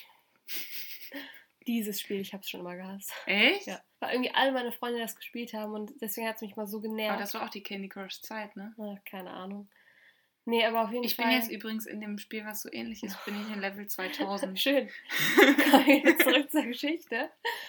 dieses Spiel, ich habe es schon immer gehasst. Echt? Ja, weil irgendwie alle meine Freunde das gespielt haben und deswegen hat es mich mal so genervt. Aber das war auch die Candy Crush Zeit, ne? Ach, keine Ahnung. Nee, aber auf jeden Ich Fall. bin jetzt übrigens in dem Spiel, was so ähnlich ist, bin ich in Level zweitausend. Schön. Kommen wir jetzt zurück zur Geschichte.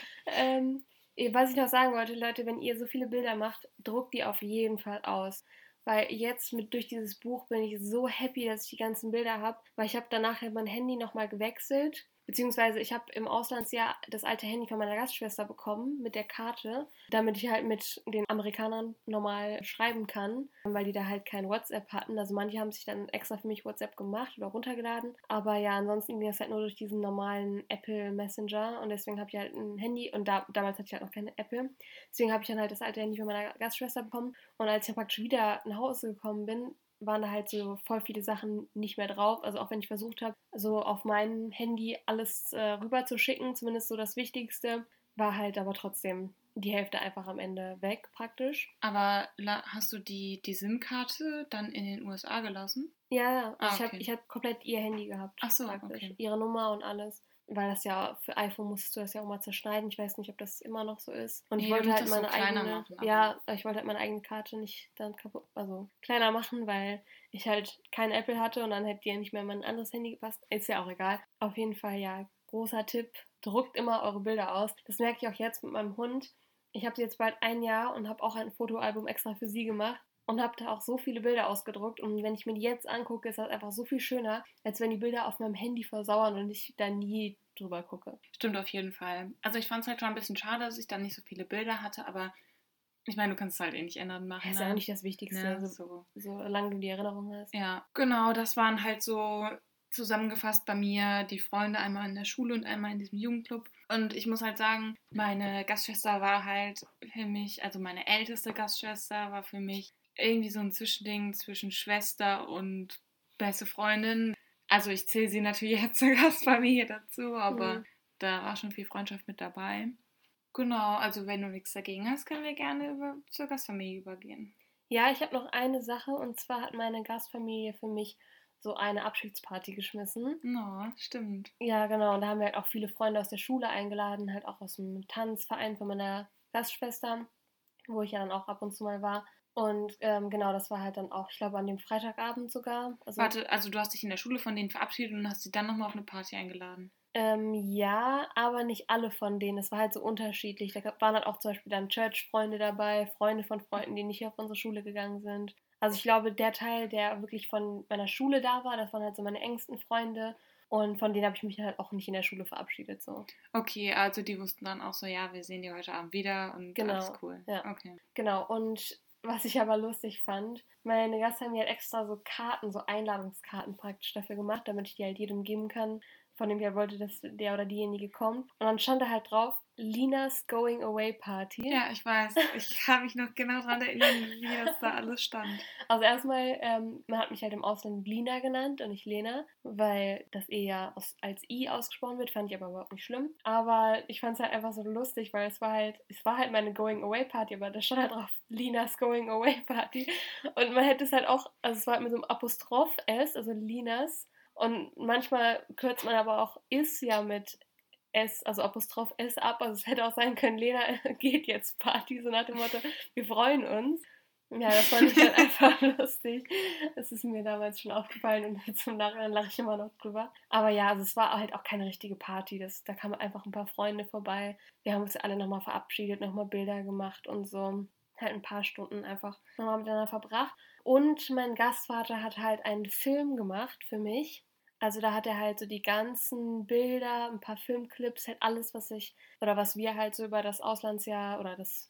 Ähm, was ich noch sagen wollte, Leute, wenn ihr so viele Bilder macht, druckt die auf jeden Fall aus. Weil jetzt mit durch dieses Buch bin ich so happy, dass ich die ganzen Bilder habe, weil ich habe danach halt mein Handy nochmal gewechselt. Beziehungsweise ich habe im Auslandsjahr das alte Handy von meiner Gastschwester bekommen mit der Karte, damit ich halt mit den Amerikanern normal schreiben kann, weil die da halt kein WhatsApp hatten. Also manche haben sich dann extra für mich WhatsApp gemacht oder runtergeladen. Aber ja, ansonsten ging das halt nur durch diesen normalen Apple Messenger und deswegen habe ich halt ein Handy und da, damals hatte ich halt noch keine Apple. Deswegen habe ich dann halt das alte Handy von meiner Gastschwester bekommen und als ich dann praktisch wieder nach Hause gekommen bin, waren da halt so voll viele Sachen nicht mehr drauf. Also auch wenn ich versucht habe, so auf meinem Handy alles äh, rüber zu schicken, zumindest so das Wichtigste, war halt aber trotzdem die Hälfte einfach am Ende weg praktisch. Aber la- hast du die, die SIM-Karte dann in den U S A gelassen? Ja, ja. Also Ah, ich habe okay. ich hab komplett ihr Handy gehabt. Ach so, praktisch. okay. Ihre Nummer und alles. Weil das ja, für iPhone musstest du das ja auch mal zerschneiden. Ich weiß nicht, ob das immer noch so ist. Und Nee, ich du wollte musst halt das so meine kleiner eigene, machen, aber- ja, ich wollte halt meine eigene Karte nicht dann kaputt, also kleiner machen, weil ich halt kein Apple hatte und dann hätte die ja nicht mehr in mein anderes Handy gepasst. Ist ja auch egal. Auf jeden Fall, ja, großer Tipp. Druckt immer eure Bilder aus. Das merke ich auch jetzt mit meinem Hund. Ich habe sie jetzt bald ein Jahr und habe auch ein Fotoalbum extra für sie gemacht. Und habe da auch so viele Bilder ausgedruckt. Und wenn ich mir die jetzt angucke, ist das einfach so viel schöner, als wenn die Bilder auf meinem Handy versauern und ich da nie drüber gucke. Stimmt auf jeden Fall. Also ich fand es halt schon ein bisschen schade, dass ich dann nicht so viele Bilder hatte, aber ich meine, du kannst es halt eh nicht ändern machen. Das ist ne? ja auch nicht das Wichtigste, Ne, so, so. solange du die Erinnerung hast. Ja, genau, das waren halt so zusammengefasst bei mir die Freunde einmal in der Schule und einmal in diesem Jugendclub. Und ich muss halt sagen, meine Gastschwester war halt für mich, also meine älteste Gastschwester war für mich irgendwie so ein Zwischending zwischen Schwester und beste Freundin. Also ich zähle sie natürlich jetzt zur Gastfamilie dazu, aber Mhm. da war schon viel Freundschaft mit dabei. Genau, also wenn du nichts dagegen hast, können wir gerne über, zur Gastfamilie übergehen. Ja, ich habe noch eine Sache und zwar hat meine Gastfamilie für mich so eine Abschiedsparty geschmissen. No, stimmt. Ja, genau. Und da haben wir halt auch viele Freunde aus der Schule eingeladen, halt auch aus dem Tanzverein von meiner Gastschwester, wo ich ja dann auch ab und zu mal war. Und ähm, genau, das war halt dann auch, ich glaube, an dem Freitagabend sogar. Also, Warte, also du hast dich in der Schule von denen verabschiedet und hast sie dann nochmal auf eine Party eingeladen. Ähm, ja, aber nicht alle von denen. Es war halt so unterschiedlich. Da gab- waren halt auch zum Beispiel dann Church-Freunde dabei, Freunde von Freunden, die nicht auf unsere Schule gegangen sind. Also ich glaube, der Teil, der wirklich von meiner Schule da war, das waren halt so meine engsten Freunde. Und von denen habe ich mich halt auch nicht in der Schule verabschiedet. So. Okay, also die wussten dann auch so, ja, wir sehen die heute Abend wieder und Genau, alles cool. ja. Okay. Genau, und was ich aber lustig fand, meine Gastfamilie hat extra so Karten, so Einladungskarten praktisch dafür gemacht, damit ich die halt jedem geben kann, von dem ich halt wollte, dass der oder diejenige kommt. Und dann stand da halt drauf, Linas Going Away Party. Ja, ich weiß. Ich kann mich noch genau daran erinnern, wie das da alles stand. Also erstmal, ähm, man hat mich halt im Ausland Lina genannt und nicht Lena, weil das E ja aus, als I ausgesprochen wird, fand ich aber überhaupt nicht schlimm. Aber ich fand es halt einfach so lustig, weil es war halt, es war halt meine Going Away Party, aber da stand halt drauf Linas Going Away Party. Und man hätte es halt auch, also es war halt mit so einem Apostroph S, also Linas. Und manchmal kürzt man aber auch is ja mit S, also Apostroph S ab. Also es hätte auch sein können, Lena geht jetzt Party, so nach dem Motto, wir freuen uns. Ja, das fand ich halt einfach lustig. Es ist mir damals schon aufgefallen und jetzt im Nachhinein lache ich immer noch drüber. Aber ja, also es war halt auch keine richtige Party. Das, da kamen einfach ein paar Freunde vorbei. Wir haben uns alle nochmal verabschiedet, nochmal Bilder gemacht und so. Halt ein paar Stunden einfach nochmal miteinander verbracht. Und mein Gastvater hat halt einen Film gemacht für mich. Also da hat er halt so die ganzen Bilder, ein paar Filmclips, halt alles, was ich, oder was wir halt so über das Auslandsjahr oder das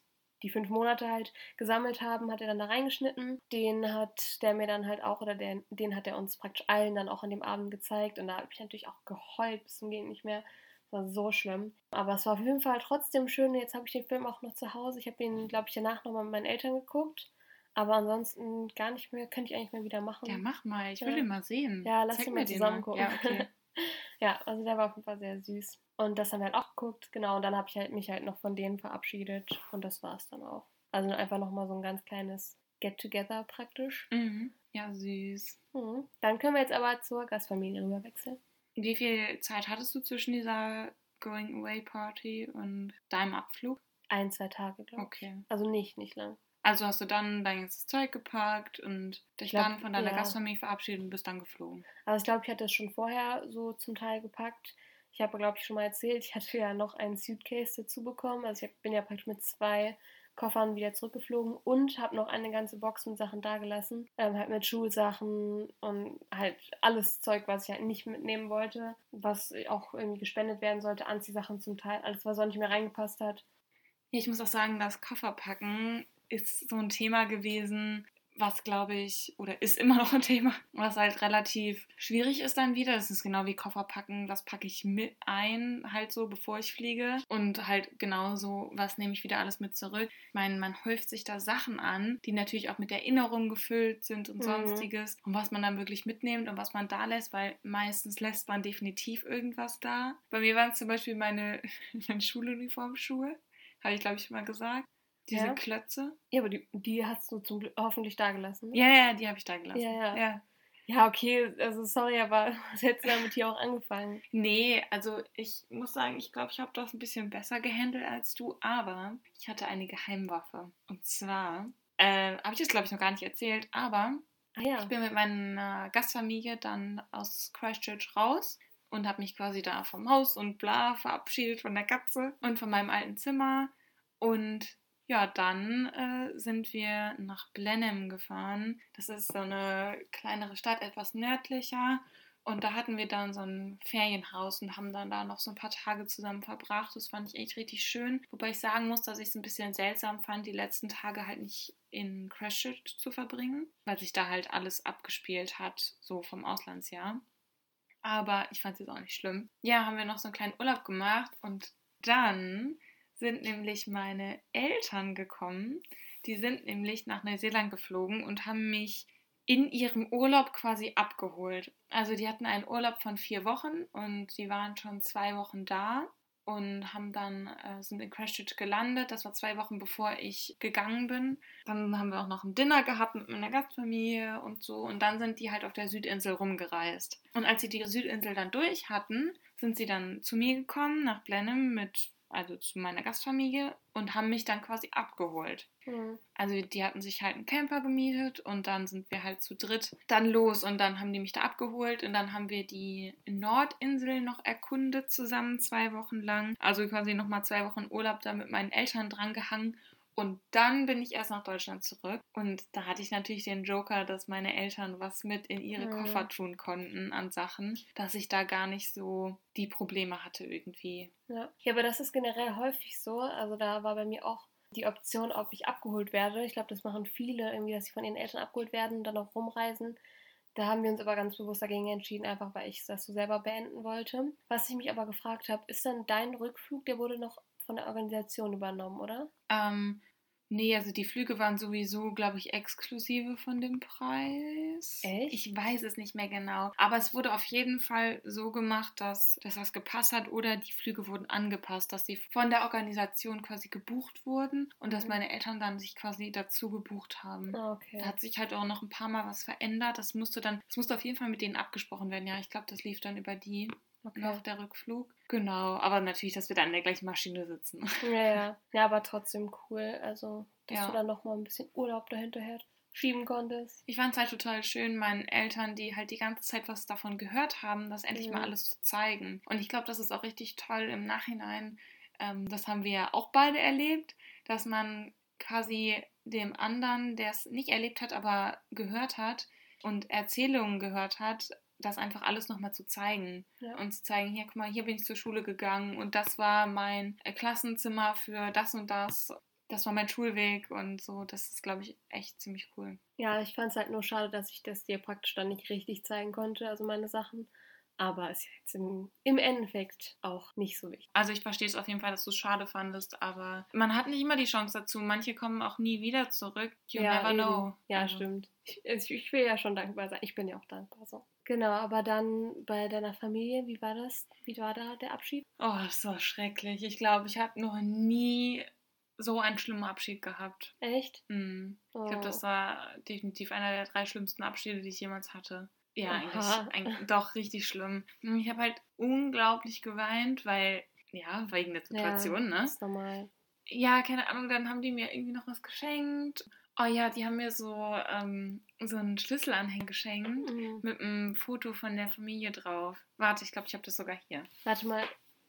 die fünf Monate halt gesammelt haben, hat er dann da reingeschnitten. Den hat der mir dann halt auch, oder den, den hat er uns praktisch allen dann auch an dem Abend gezeigt. Und da habe ich natürlich auch geheult bis zum Geht nicht mehr. Das war so schlimm. Aber es war auf jeden Fall trotzdem schön. Jetzt habe ich den Film auch noch zu Hause. Ich habe ihn, glaube ich, danach nochmal mit meinen Eltern geguckt. Aber ansonsten gar nicht mehr. Könnte ich eigentlich mal wieder machen. Ja, mach mal. Ich will ja. den mal sehen. Ja, lass Zeig den mir mal den zusammen mal. gucken. Ja, okay. Ja, also der war auf jeden Fall sehr süß. Und das haben wir halt auch geguckt, genau. Und dann habe ich halt mich halt noch von denen verabschiedet. Und das war es dann auch. Also einfach nochmal so ein ganz kleines Get-Together praktisch. Mhm. Ja, süß. Mhm. Dann können wir jetzt aber zur Gastfamilie rüberwechseln. Wie viel Zeit hattest du zwischen dieser Going-Away-Party und deinem Abflug? Ein, zwei Tage, glaube ich. Okay. Also nicht, nicht lang. Also hast du dann dein ganzes Zeug gepackt und dich glaub, dann von deiner ja. Gastfamilie verabschiedet und bist dann geflogen? Also ich glaube, ich hatte es schon vorher so zum Teil gepackt. Ich habe, glaube ich, schon mal erzählt, ich hatte ja noch einen Suitcase dazu bekommen. Also ich bin ja praktisch mit zwei Koffern wieder zurückgeflogen und habe noch eine ganze Box mit Sachen dagelassen. Ähm, halt mit Schulsachen und halt alles Zeug, was ich halt nicht mitnehmen wollte, was auch irgendwie gespendet werden sollte, Anziehsachen zum Teil, alles, was auch nicht mehr reingepasst hat. Ich muss auch sagen, das Kofferpacken ist so ein Thema gewesen, was glaube ich, oder ist immer noch ein Thema, was halt relativ schwierig ist dann wieder. Das ist genau wie Kofferpacken, was packe ich mit ein, halt so, bevor ich fliege. Und halt genauso, was nehme ich wieder alles mit zurück. Ich meine, man häuft sich da Sachen an, die natürlich auch mit Erinnerungen gefüllt sind und Mhm. sonstiges. Und was man dann wirklich mitnimmt und was man da lässt, weil meistens lässt man definitiv irgendwas da. Bei mir waren es zum Beispiel meine, meine Schuluniformschuhe, habe ich glaube ich mal gesagt. Diese Ja. Klötze. Ja, aber die, die hast du zum Glück hoffentlich da gelassen. Ne? Ja, ja, die habe ich da gelassen. Ja, ja. ja. Ja, okay, also sorry, aber was hättest du damit hier auch angefangen? Nee, also ich muss sagen, ich glaube, ich habe das ein bisschen besser gehandelt als du, aber ich hatte eine Geheimwaffe. Und zwar, äh, habe ich das glaube ich noch gar nicht erzählt, aber Ah, ja. ich bin mit meiner Gastfamilie dann aus Christchurch raus und habe mich quasi da vom Haus und bla verabschiedet von der Katze und von meinem alten Zimmer. Und ja, dann äh, sind wir nach Blenheim gefahren. Das ist so eine kleinere Stadt, etwas nördlicher. Und da hatten wir dann so ein Ferienhaus und haben dann da noch so ein paar Tage zusammen verbracht. Das fand ich echt richtig schön. Wobei ich sagen muss, dass ich es ein bisschen seltsam fand, die letzten Tage halt nicht in Christchurch zu verbringen, weil sich da halt alles abgespielt hat, so vom Auslandsjahr. Aber ich fand es jetzt auch nicht schlimm. Ja, haben wir noch so einen kleinen Urlaub gemacht und dann sind nämlich meine Eltern gekommen. Die sind nämlich nach Neuseeland geflogen und haben mich in ihrem Urlaub quasi abgeholt. Also die hatten einen Urlaub von vier Wochen und die waren schon zwei Wochen da und haben dann, äh, sind in Christchurch gelandet. Das war zwei Wochen bevor ich gegangen bin. Dann haben wir auch noch ein Dinner gehabt mit meiner Gastfamilie und so. Und dann sind die halt auf der Südinsel rumgereist. Und als sie die Südinsel dann durch hatten, sind sie dann zu mir gekommen nach Blenheim mit, also zu meiner Gastfamilie und haben mich dann quasi abgeholt. Mhm. Also die hatten sich halt einen Camper gemietet und dann sind wir halt zu dritt dann los und dann haben die mich da abgeholt und dann haben wir die Nordinsel noch erkundet zusammen zwei Wochen lang. Also quasi nochmal zwei Wochen Urlaub da mit meinen Eltern dran gehangen. Und dann bin ich erst nach Deutschland zurück. Und da hatte ich natürlich den Joker, dass meine Eltern was mit in ihre Mhm. Koffer tun konnten an Sachen, dass ich da gar nicht so die Probleme hatte irgendwie. Ja. ja, aber das ist generell häufig so. Also da war bei mir auch die Option, ob ich abgeholt werde. Ich glaube, das machen viele irgendwie, dass sie von ihren Eltern abgeholt werden und dann auch rumreisen. Da haben wir uns aber ganz bewusst dagegen entschieden, einfach weil ich das so selber beenden wollte. Was ich mich aber gefragt habe, ist dann dein Rückflug, der wurde noch von der Organisation übernommen, oder? Ähm, nee, also die Flüge waren sowieso, glaube ich, exklusive von dem Preis. Echt? Ich weiß es nicht mehr genau. Aber es wurde auf jeden Fall so gemacht, dass, dass das gepasst hat oder die Flüge wurden angepasst, dass sie von der Organisation quasi gebucht wurden und dass Mhm. meine Eltern dann sich quasi dazu gebucht haben. Ah, okay. Da hat sich halt auch noch ein paar Mal was verändert. Das musste dann, das musste auf jeden Fall mit denen abgesprochen werden. Ja, ich glaube, das lief dann über die. Okay. Noch der Rückflug. Genau, aber natürlich, dass wir dann in der gleichen Maschine sitzen. Ja, ja. Ja, aber trotzdem cool. Also, dass Ja. du dann nochmal ein bisschen Urlaub dahinterher schieben konntest. Ich fand es halt total schön, meinen Eltern, die halt die ganze Zeit was davon gehört haben, das endlich Mhm. mal alles zu zeigen. Und ich glaube, das ist auch richtig toll im Nachhinein. Ähm, das haben wir ja auch beide erlebt, dass man quasi dem anderen, der es nicht erlebt hat, aber gehört hat und Erzählungen gehört hat, das einfach alles nochmal zu zeigen. Ja. Und zu zeigen, hier, guck mal, hier bin ich zur Schule gegangen und das war mein äh, Klassenzimmer für das und das. das war mein Schulweg und so. Das ist, glaube ich, echt ziemlich cool. Ja, ich fand es halt nur schade, dass ich das dir praktisch dann nicht richtig zeigen konnte, also meine Sachen. Aber ist jetzt im, im Endeffekt auch nicht so wichtig. Also ich verstehe es auf jeden Fall, dass du es schade fandest, aber man hat nicht immer die Chance dazu. Manche kommen auch nie wieder zurück. You Ja, never eben. know. Ja, Also, stimmt. Ich, ich, ich will ja schon dankbar sein. Ich bin ja auch dankbar so. Genau, aber dann bei deiner Familie, wie war das? Wie war da der Abschied? oh, das war schrecklich. Ich glaube, ich habe noch nie so einen schlimmen Abschied gehabt. Echt? Mm. Ich glaube, Oh. das war definitiv einer der drei schlimmsten Abschiede, die ich jemals hatte. Ja, eigentlich, Oha. eigentlich doch richtig schlimm. Ich habe halt unglaublich geweint, weil, ja, wegen der Situation, Ja, ne? ist normal. Ja, keine Ahnung, dann haben die mir irgendwie noch was geschenkt. Oh ja, die haben mir so, ähm, so einen Schlüsselanhänger geschenkt Mhm. mit einem Foto von der Familie drauf. Warte, ich glaube, ich habe das sogar hier. Warte mal.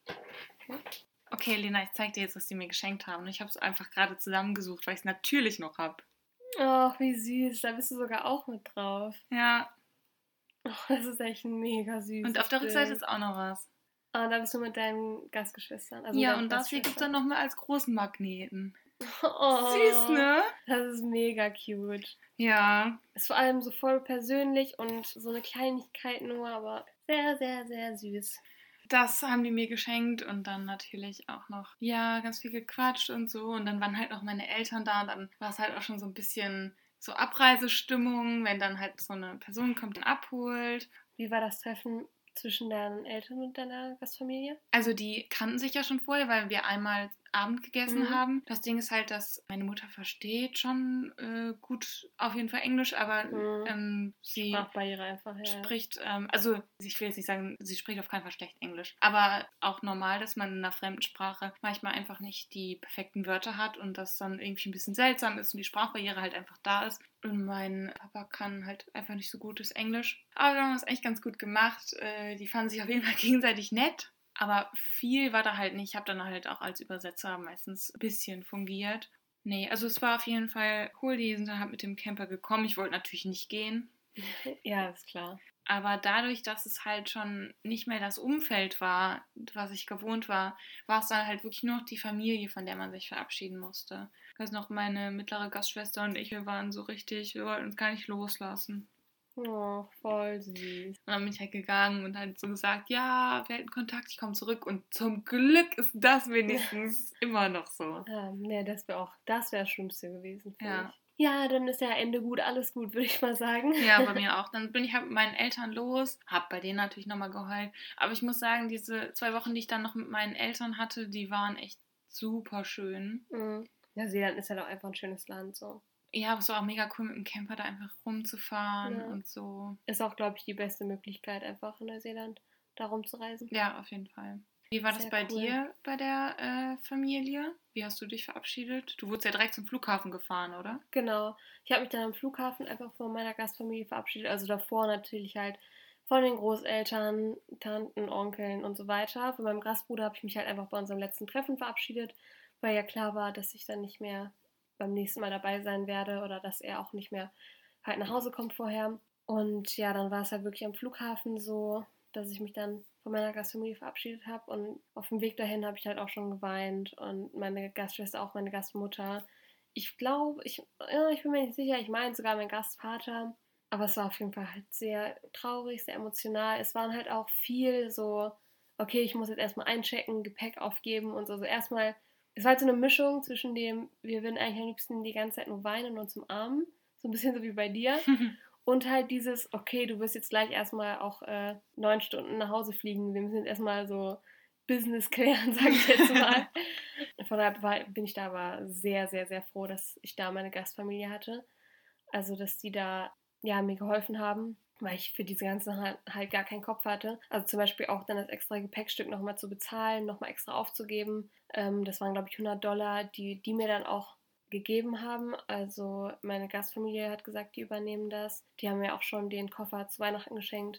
Okay, Lena, ich zeig dir jetzt, was die mir geschenkt haben. Ich habe es einfach gerade zusammengesucht, weil ich es natürlich noch habe. Ach, wie süß. Da bist du sogar auch mit drauf. Ja, Oh, das ist echt ein mega süß. und auf der Rückseite ist auch noch was. Ah, da bist du mit deinen Gastgeschwistern. Also mit Ja, deinen und das hier gibt es dann Gastschwestern. nochmal als großen Magneten. Oh, Süß, ne? das ist mega cute. Ja. Ist vor allem so voll persönlich und so eine Kleinigkeit nur, aber sehr, sehr, sehr süß. Das haben die mir geschenkt und dann natürlich auch noch, ja, ganz viel gequatscht und so. Und dann waren halt noch meine Eltern da und dann war es halt auch schon so ein bisschen so Abreisestimmung, wenn dann halt so eine Person kommt und abholt. Wie war das Treffen zwischen deinen Eltern und deiner Gastfamilie? Also die kannten sich ja schon vorher, weil wir einmal Abend gegessen Mhm. haben. Das Ding ist halt, dass meine Mutter versteht schon äh, gut auf jeden Fall Englisch, aber Mhm. ähm, sie Sprachbarriere einfach, ja. spricht, ähm, also ich will jetzt nicht sagen, sie spricht auf keinen Fall schlecht Englisch, aber auch normal, dass man in einer fremden Sprache manchmal einfach nicht die perfekten Wörter hat und das dann irgendwie ein bisschen seltsam ist und die Sprachbarriere halt einfach da ist. Und mein Papa kann halt einfach nicht so gutes Englisch. Aber wir haben es echt ganz gut gemacht. Äh, die fanden sich auf jeden Fall gegenseitig nett. Aber viel war da halt nicht. Ich habe dann halt auch als Übersetzer meistens ein bisschen fungiert. Nee, also es war auf jeden Fall cool. Die sind dann halt mit dem Camper gekommen. Ich wollte natürlich nicht gehen. Ja, ist klar. Aber dadurch, dass es halt schon nicht mehr das Umfeld war, was ich gewohnt war, war es dann halt wirklich nur noch die Familie, von der man sich verabschieden musste. Ich weiß noch, meine mittlere Gastschwester und ich, wir waren so richtig, wir wollten uns gar nicht loslassen. Oh, voll süß. Und dann bin ich halt gegangen und halt so gesagt, ja, wir halten Kontakt, ich komme zurück. Und zum Glück ist das wenigstens immer noch so. Ja, nee, das wäre auch, das wäre das Schlimmste gewesen, finde Ja. ich. Ja, dann ist ja Ende gut, alles gut, würde ich mal sagen. Ja, bei mir auch. Dann bin ich halt mit meinen Eltern los, hab bei denen natürlich nochmal geheult. Aber ich muss sagen, diese zwei Wochen, die ich dann noch mit meinen Eltern hatte, die waren echt super schön. Mhm. Neuseeland ist ja doch einfach ein schönes Land, so. Ja, aber es war auch mega cool, mit dem Camper da einfach rumzufahren Ja. und so. Ist auch, glaube ich, die beste Möglichkeit, einfach in Neuseeland da rumzureisen. Ja, auf jeden Fall. Wie war das Sehr bei cool. dir, bei der äh, Familie? Wie hast du dich verabschiedet? Du wurdest ja direkt zum Flughafen gefahren, oder? Genau. Ich habe mich dann am Flughafen einfach von meiner Gastfamilie verabschiedet. Also davor natürlich halt von den Großeltern, Tanten, Onkeln und so weiter. Von meinem Gastbruder habe ich mich halt einfach bei unserem letzten Treffen verabschiedet, weil ja klar war, dass ich dann nicht mehr beim nächsten Mal dabei sein werde oder dass er auch nicht mehr halt nach Hause kommt vorher. Und ja, dann war es halt wirklich am Flughafen so, dass ich mich dann von meiner Gastfamilie verabschiedet habe und auf dem Weg dahin habe ich halt auch schon geweint und meine Gastschwester auch, meine Gastmutter. Ich glaube, ich, ja, ich bin mir nicht sicher, ich meine sogar mein Gastvater, aber es war auf jeden Fall halt sehr traurig, sehr emotional. Es waren halt auch viel so, okay, ich muss jetzt erstmal einchecken, Gepäck aufgeben und so. Also erstmal, es war halt so eine Mischung zwischen dem, wir würden eigentlich am liebsten die ganze Zeit nur weinen und uns umarmen, so ein bisschen so wie bei dir. Und halt dieses, okay, du wirst jetzt gleich erstmal auch äh, neun Stunden nach Hause fliegen. Wir müssen jetzt erstmal so Business klären, sage ich jetzt mal. Von daher war, bin ich da aber sehr, sehr, sehr froh, dass ich da meine Gastfamilie hatte. Also, dass die da ja, mir geholfen haben, weil ich für diese ganzen halt, halt gar keinen Kopf hatte. Also zum Beispiel auch dann das extra Gepäckstück nochmal zu bezahlen, nochmal extra aufzugeben. Ähm, das waren, glaube ich, hundert Dollar, die, die mir dann auch gegeben haben. Also meine Gastfamilie hat gesagt, die übernehmen das. Die haben mir auch schon den Koffer zu Weihnachten geschenkt.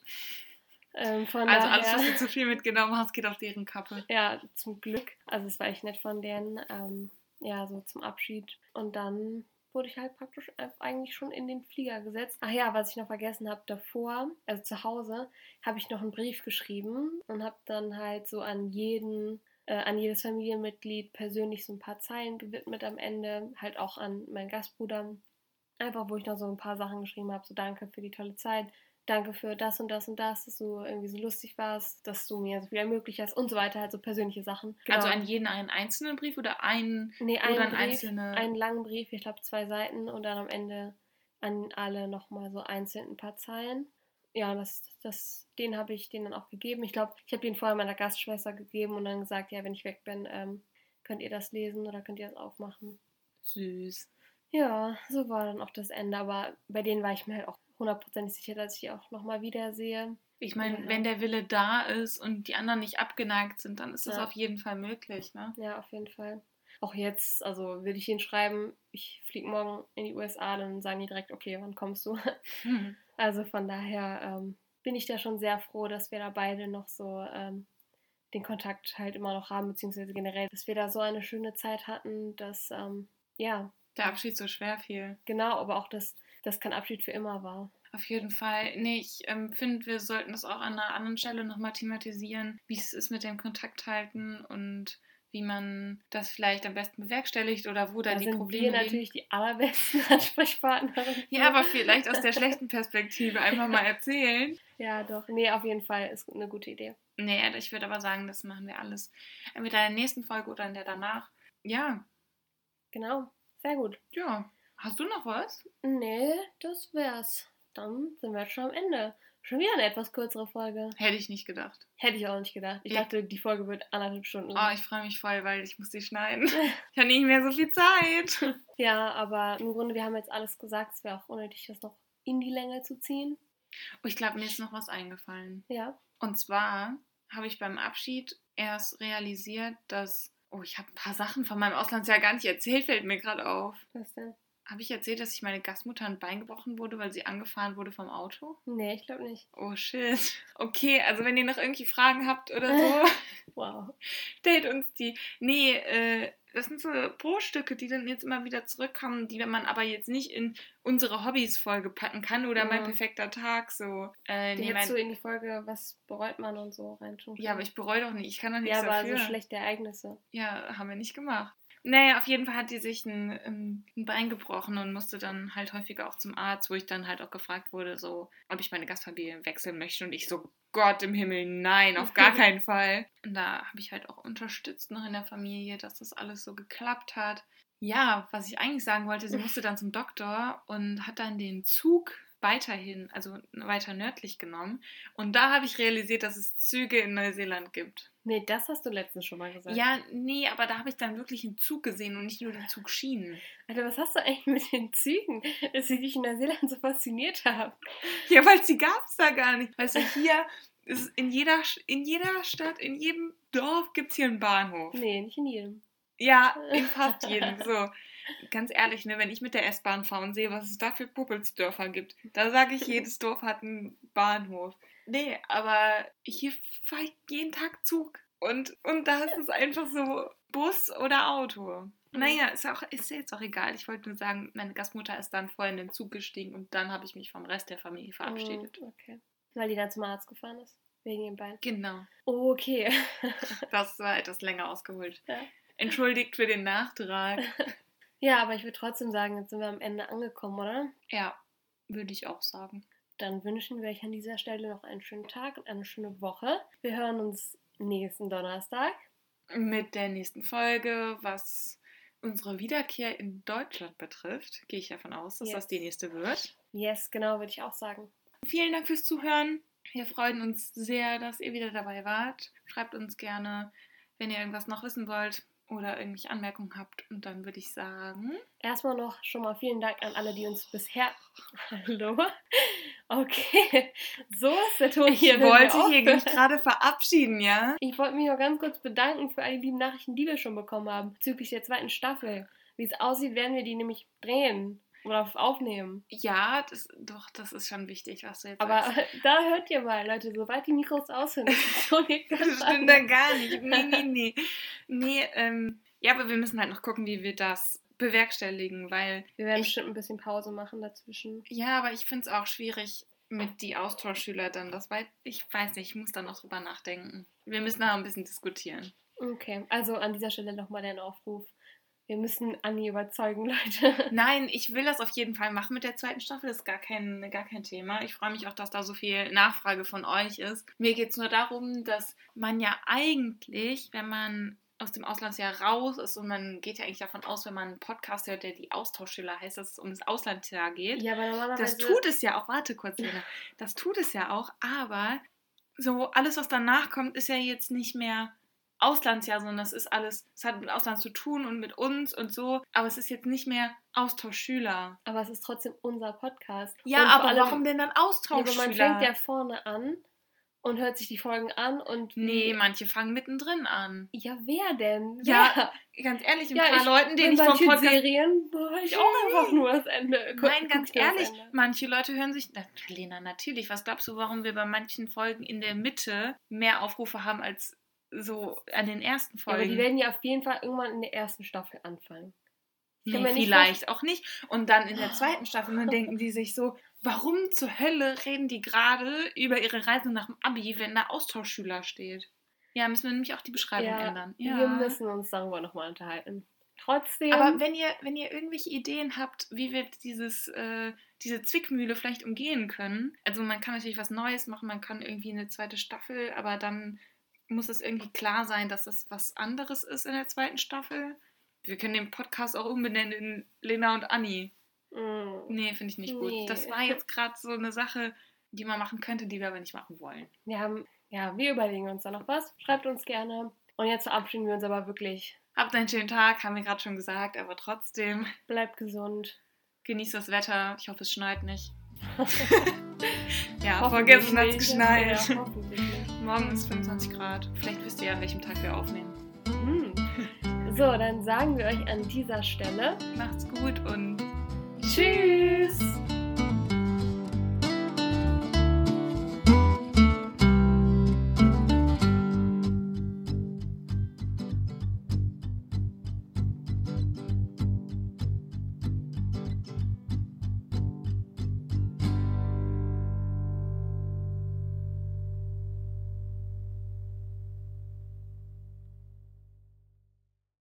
Ähm, von Also daher, alles, was du zu viel mitgenommen hast, geht auf deren Kappe. ja, zum Glück. Also es war echt nett von denen. Ähm, ja, so zum Abschied. Und dann wurde ich halt praktisch eigentlich schon in den Flieger gesetzt. Ach ja, was ich noch vergessen habe, davor, also zu Hause, habe ich noch einen Brief geschrieben und habe dann halt so an jeden äh, an jedes Familienmitglied persönlich so ein paar Zeilen gewidmet am Ende, halt auch an meinen Gastbruder. Einfach, wo ich noch so ein paar Sachen geschrieben habe, so danke für die tolle Zeit, danke für das und das und das, dass du irgendwie so lustig warst, dass du mir so viel ermöglicht hast und so weiter, halt so persönliche Sachen. Genau. Also an jeden einen einzelnen Brief oder einen, nee, oder einen ein Brief, einzelne... einen langen Brief, ich glaube zwei Seiten und dann am Ende an alle nochmal so einzeln ein paar Zeilen. Ja, das, das, den habe ich denen dann auch gegeben. Ich glaube, ich habe den vorher meiner Gastschwester gegeben und dann gesagt, ja, wenn ich weg bin, ähm, könnt ihr das lesen oder könnt ihr das aufmachen. Süß. Ja, so war dann auch das Ende, aber bei denen war ich mir halt auch hundertprozentig sicher, dass ich die auch nochmal wiedersehe. Ich meine, Ja. wenn der Wille da ist und die anderen nicht abgeneigt sind, dann ist das Ja. auf jeden Fall möglich, ne? Ja, auf jeden Fall. Auch jetzt, also würde ich ihnen schreiben, ich fliege morgen in die U S A, dann sagen die direkt, okay, wann kommst du? Hm. Also von daher ähm, bin ich da schon sehr froh, dass wir da beide noch so ähm, den Kontakt halt immer noch haben, beziehungsweise generell, dass wir da so eine schöne Zeit hatten, dass, ähm, ja. Der Abschied so schwer fiel. Genau, aber auch, dass das kein Abschied für immer war. Auf jeden Fall. Nee, ich ähm, finde, wir sollten das auch an einer anderen Stelle nochmal thematisieren, wie es ist mit dem Kontakt halten und wie man das vielleicht am besten bewerkstelligt oder wo da, da die sind Probleme wir liegen. natürlich die allerbesten Ansprechpartnerin. Ja, aber vielleicht aus der schlechten Perspektive einfach mal erzählen. Ja, doch. Nee, auf jeden Fall ist eine gute Idee. Nee, ich würde aber sagen, das machen wir alles entweder in der nächsten Folge oder in der danach. Ja. Genau, sehr gut. Ja. Hast du noch was? Nee, das wär's. Dann sind wir jetzt schon am Ende. Schon wieder eine etwas kürzere Folge. Hätte ich nicht gedacht. Hätte ich auch nicht gedacht. Ich Ja. dachte, die Folge wird anderthalb Stunden Oh, lang. ich freue mich voll, weil ich muss die schneiden. Ich habe nicht mehr so viel Zeit. Ja, aber im Grunde, wir haben jetzt alles gesagt. Es wäre auch unnötig, das noch in die Länge zu ziehen. Oh, ich glaube, mir ist noch was eingefallen. Ja. Und zwar habe ich beim Abschied erst realisiert, dass... Oh, ich habe ein paar Sachen von meinem Auslandsjahr gar nicht erzählt, fällt mir gerade auf. Was denn? Habe ich erzählt, dass ich meine Gastmutter ein Bein gebrochen wurde, weil sie angefahren wurde vom Auto? Nee, ich glaube nicht. Oh, shit. Okay, also wenn ihr noch irgendwie Fragen habt oder so, Wow. stellt uns die. Nee, äh, das sind so Pro-Stücke, die dann jetzt immer wieder zurückkommen, die man aber jetzt nicht in unsere Hobbys-Folge packen kann oder Ja. mein perfekter Tag so. Äh, Die nee, hättest mein, du in die Folge, was bereut man und so reintun. ja, aber ich bereue doch nicht. Ich kann doch nichts Ja, aber dafür. so schlechte Ereignisse. Ja, haben wir nicht gemacht. Naja, auf jeden Fall hat die sich ein, ein Bein gebrochen und musste dann halt häufiger auch zum Arzt, wo ich dann halt auch gefragt wurde, so, ob ich meine Gastfamilie wechseln möchte. Und ich so, Gott im Himmel, nein, auf gar keinen Fall. Und da habe ich halt auch unterstützt noch in der Familie, dass das alles so geklappt hat. Ja, was ich eigentlich sagen wollte, sie musste dann zum Doktor und hat dann den Zug weiterhin, also weiter nördlich genommen. Und da habe ich realisiert, dass es Züge in Neuseeland gibt. Nee, das hast du letztens schon mal gesagt. Ja, nee, aber da habe ich dann wirklich einen Zug gesehen und nicht nur die Zugschienen. Alter, was hast du eigentlich mit den Zügen, dass sie dich in Neuseeland so fasziniert haben? Ja, weil sie gab es da gar nicht. Weißt du, hier ist in jeder, in jeder Stadt, in jedem Dorf gibt es hier einen Bahnhof. Nee, nicht in jedem. Ja, in fast jedem. So, ganz ehrlich, ne, wenn ich mit der S-Bahn fahre und sehe, was es da für Puppelsdörfer gibt, da sage ich, jedes Dorf hat einen Bahnhof. Nee, aber hier fahre ich jeden Tag Zug. Und, und da ist es einfach so Bus oder Auto. Naja, ist, auch, ist jetzt auch egal. Ich wollte nur sagen, meine Gastmutter ist dann vorher in den Zug gestiegen und dann habe ich mich vom Rest der Familie verabschiedet. Mm, okay. Weil die dann zum Arzt gefahren ist? Wegen ihrem Bein? Genau. Oh, okay. Das war etwas länger ausgeholt. Ja. Entschuldigt für den Nachtrag. Ja, aber ich würde trotzdem sagen, jetzt sind wir am Ende angekommen, oder? Ja, würde ich auch sagen. Dann wünschen wir euch an dieser Stelle noch einen schönen Tag und eine schöne Woche. Wir hören uns nächsten Donnerstag. Mit der nächsten Folge, was unsere Wiederkehr in Deutschland betrifft, gehe ich davon aus, dass Yes. das die nächste wird. Yes, genau, würde ich auch sagen. Vielen Dank fürs Zuhören. Wir freuen uns sehr, dass ihr wieder dabei wart. Schreibt uns gerne, wenn ihr irgendwas noch wissen wollt oder irgendwelche Anmerkungen habt. Und dann würde ich sagen... Erstmal noch schon mal vielen Dank an alle, die uns bisher... Hallo? Okay, so ist der Ton. Hier wollte ich mich gerade verabschieden, ja? Ich wollte mich noch ganz kurz bedanken für all die lieben Nachrichten, die wir schon bekommen haben, bezüglich der zweiten Staffel. Wie es aussieht, werden wir die nämlich drehen oder aufnehmen. Ja, das, doch, das ist schon wichtig, was du jetzt Aber sagst. da hört ihr mal, Leute, sobald die Mikros aus sind, ist es schon nicht Das stimmt dann gar nicht. Nee, nee, nee. Nee, ähm, ja, aber wir müssen halt noch gucken, wie wir das bewerkstelligen, weil... Wir werden ich, bestimmt ein bisschen Pause machen dazwischen. Ja, aber ich finde es auch schwierig mit die Austauschschüler dann. Das weil ich weiß nicht, ich muss da noch drüber nachdenken. Wir müssen da ein bisschen diskutieren. Okay, also an dieser Stelle nochmal dein Aufruf. Wir müssen Anni überzeugen, Leute. Nein, ich will das auf jeden Fall machen mit der zweiten Staffel. Das ist gar kein, gar kein Thema. Ich freue mich auch, dass da so viel Nachfrage von euch ist. Mir geht es nur darum, dass man ja eigentlich, wenn man aus dem Auslandsjahr raus ist und man geht ja eigentlich davon aus, wenn man einen Podcast hört, der die Austauschschüler heißt, dass es um das Auslandsjahr geht. Ja, aber normalerweise... Das tut es ja auch. Warte kurz, Lena. Das tut es ja auch, aber so alles, was danach kommt, ist ja jetzt nicht mehr Auslandsjahr, sondern das ist alles, es hat mit Ausland zu tun und mit uns und so, aber es ist jetzt nicht mehr Austauschschüler. Aber es ist trotzdem unser Podcast. Ja, und aber allem, warum denn dann Austauschschüler? Ja, aber man fängt ja vorne an und hört sich die Folgen an und... Nee, manche fangen mittendrin an. Ja, wer denn? Wer? Ja, ganz ehrlich, ein ja, paar ich, Leuten, denen ich vom vom Podcast... Serien höre ich auch einfach nur das Ende. Guck, Nein, ganz ehrlich, Ende. manche Leute hören sich... Na, Lena, natürlich, was glaubst du, warum wir bei manchen Folgen in der Mitte mehr Aufrufe haben als so an den ersten Folgen? Ja, aber die werden ja auf jeden Fall irgendwann in der ersten Staffel anfangen. Nee, nicht vielleicht auch nicht. Und dann in der zweiten Staffel, dann denken die sich so, warum zur Hölle reden die gerade über ihre Reise nach dem Abi, wenn da Austauschschüler steht? Ja, müssen wir nämlich auch die Beschreibung ja, ändern. Ja, wir müssen uns darüber nochmal unterhalten. Trotzdem... Aber wenn ihr, wenn ihr irgendwelche Ideen habt, wie wir dieses, äh, diese Zwickmühle vielleicht umgehen können, also man kann natürlich was Neues machen, man kann irgendwie eine zweite Staffel, aber dann muss es irgendwie klar sein, dass es was anderes ist in der zweiten Staffel. Wir können den Podcast auch umbenennen in Lena und Anni. Mm. Nee, finde ich nicht gut. Nee. Das war jetzt gerade so eine Sache, die man machen könnte, die wir aber nicht machen wollen. Wir haben, ja, wir überlegen uns da noch was. Schreibt uns gerne. Und jetzt verabschieden wir uns aber wirklich. Habt einen schönen Tag, haben wir gerade schon gesagt, aber trotzdem. Bleibt gesund. Genießt das Wetter. Ich hoffe, es schneit nicht. Ja, Hoffentlich vorgestern hat es nicht. geschneit. Ja, hoffentlich nicht. Morgen ist fünfundzwanzig Grad. Vielleicht wisst ihr ja, an welchem Tag wir aufnehmen. Hm. So, dann sagen wir euch an dieser Stelle Macht's gut und Tschüss!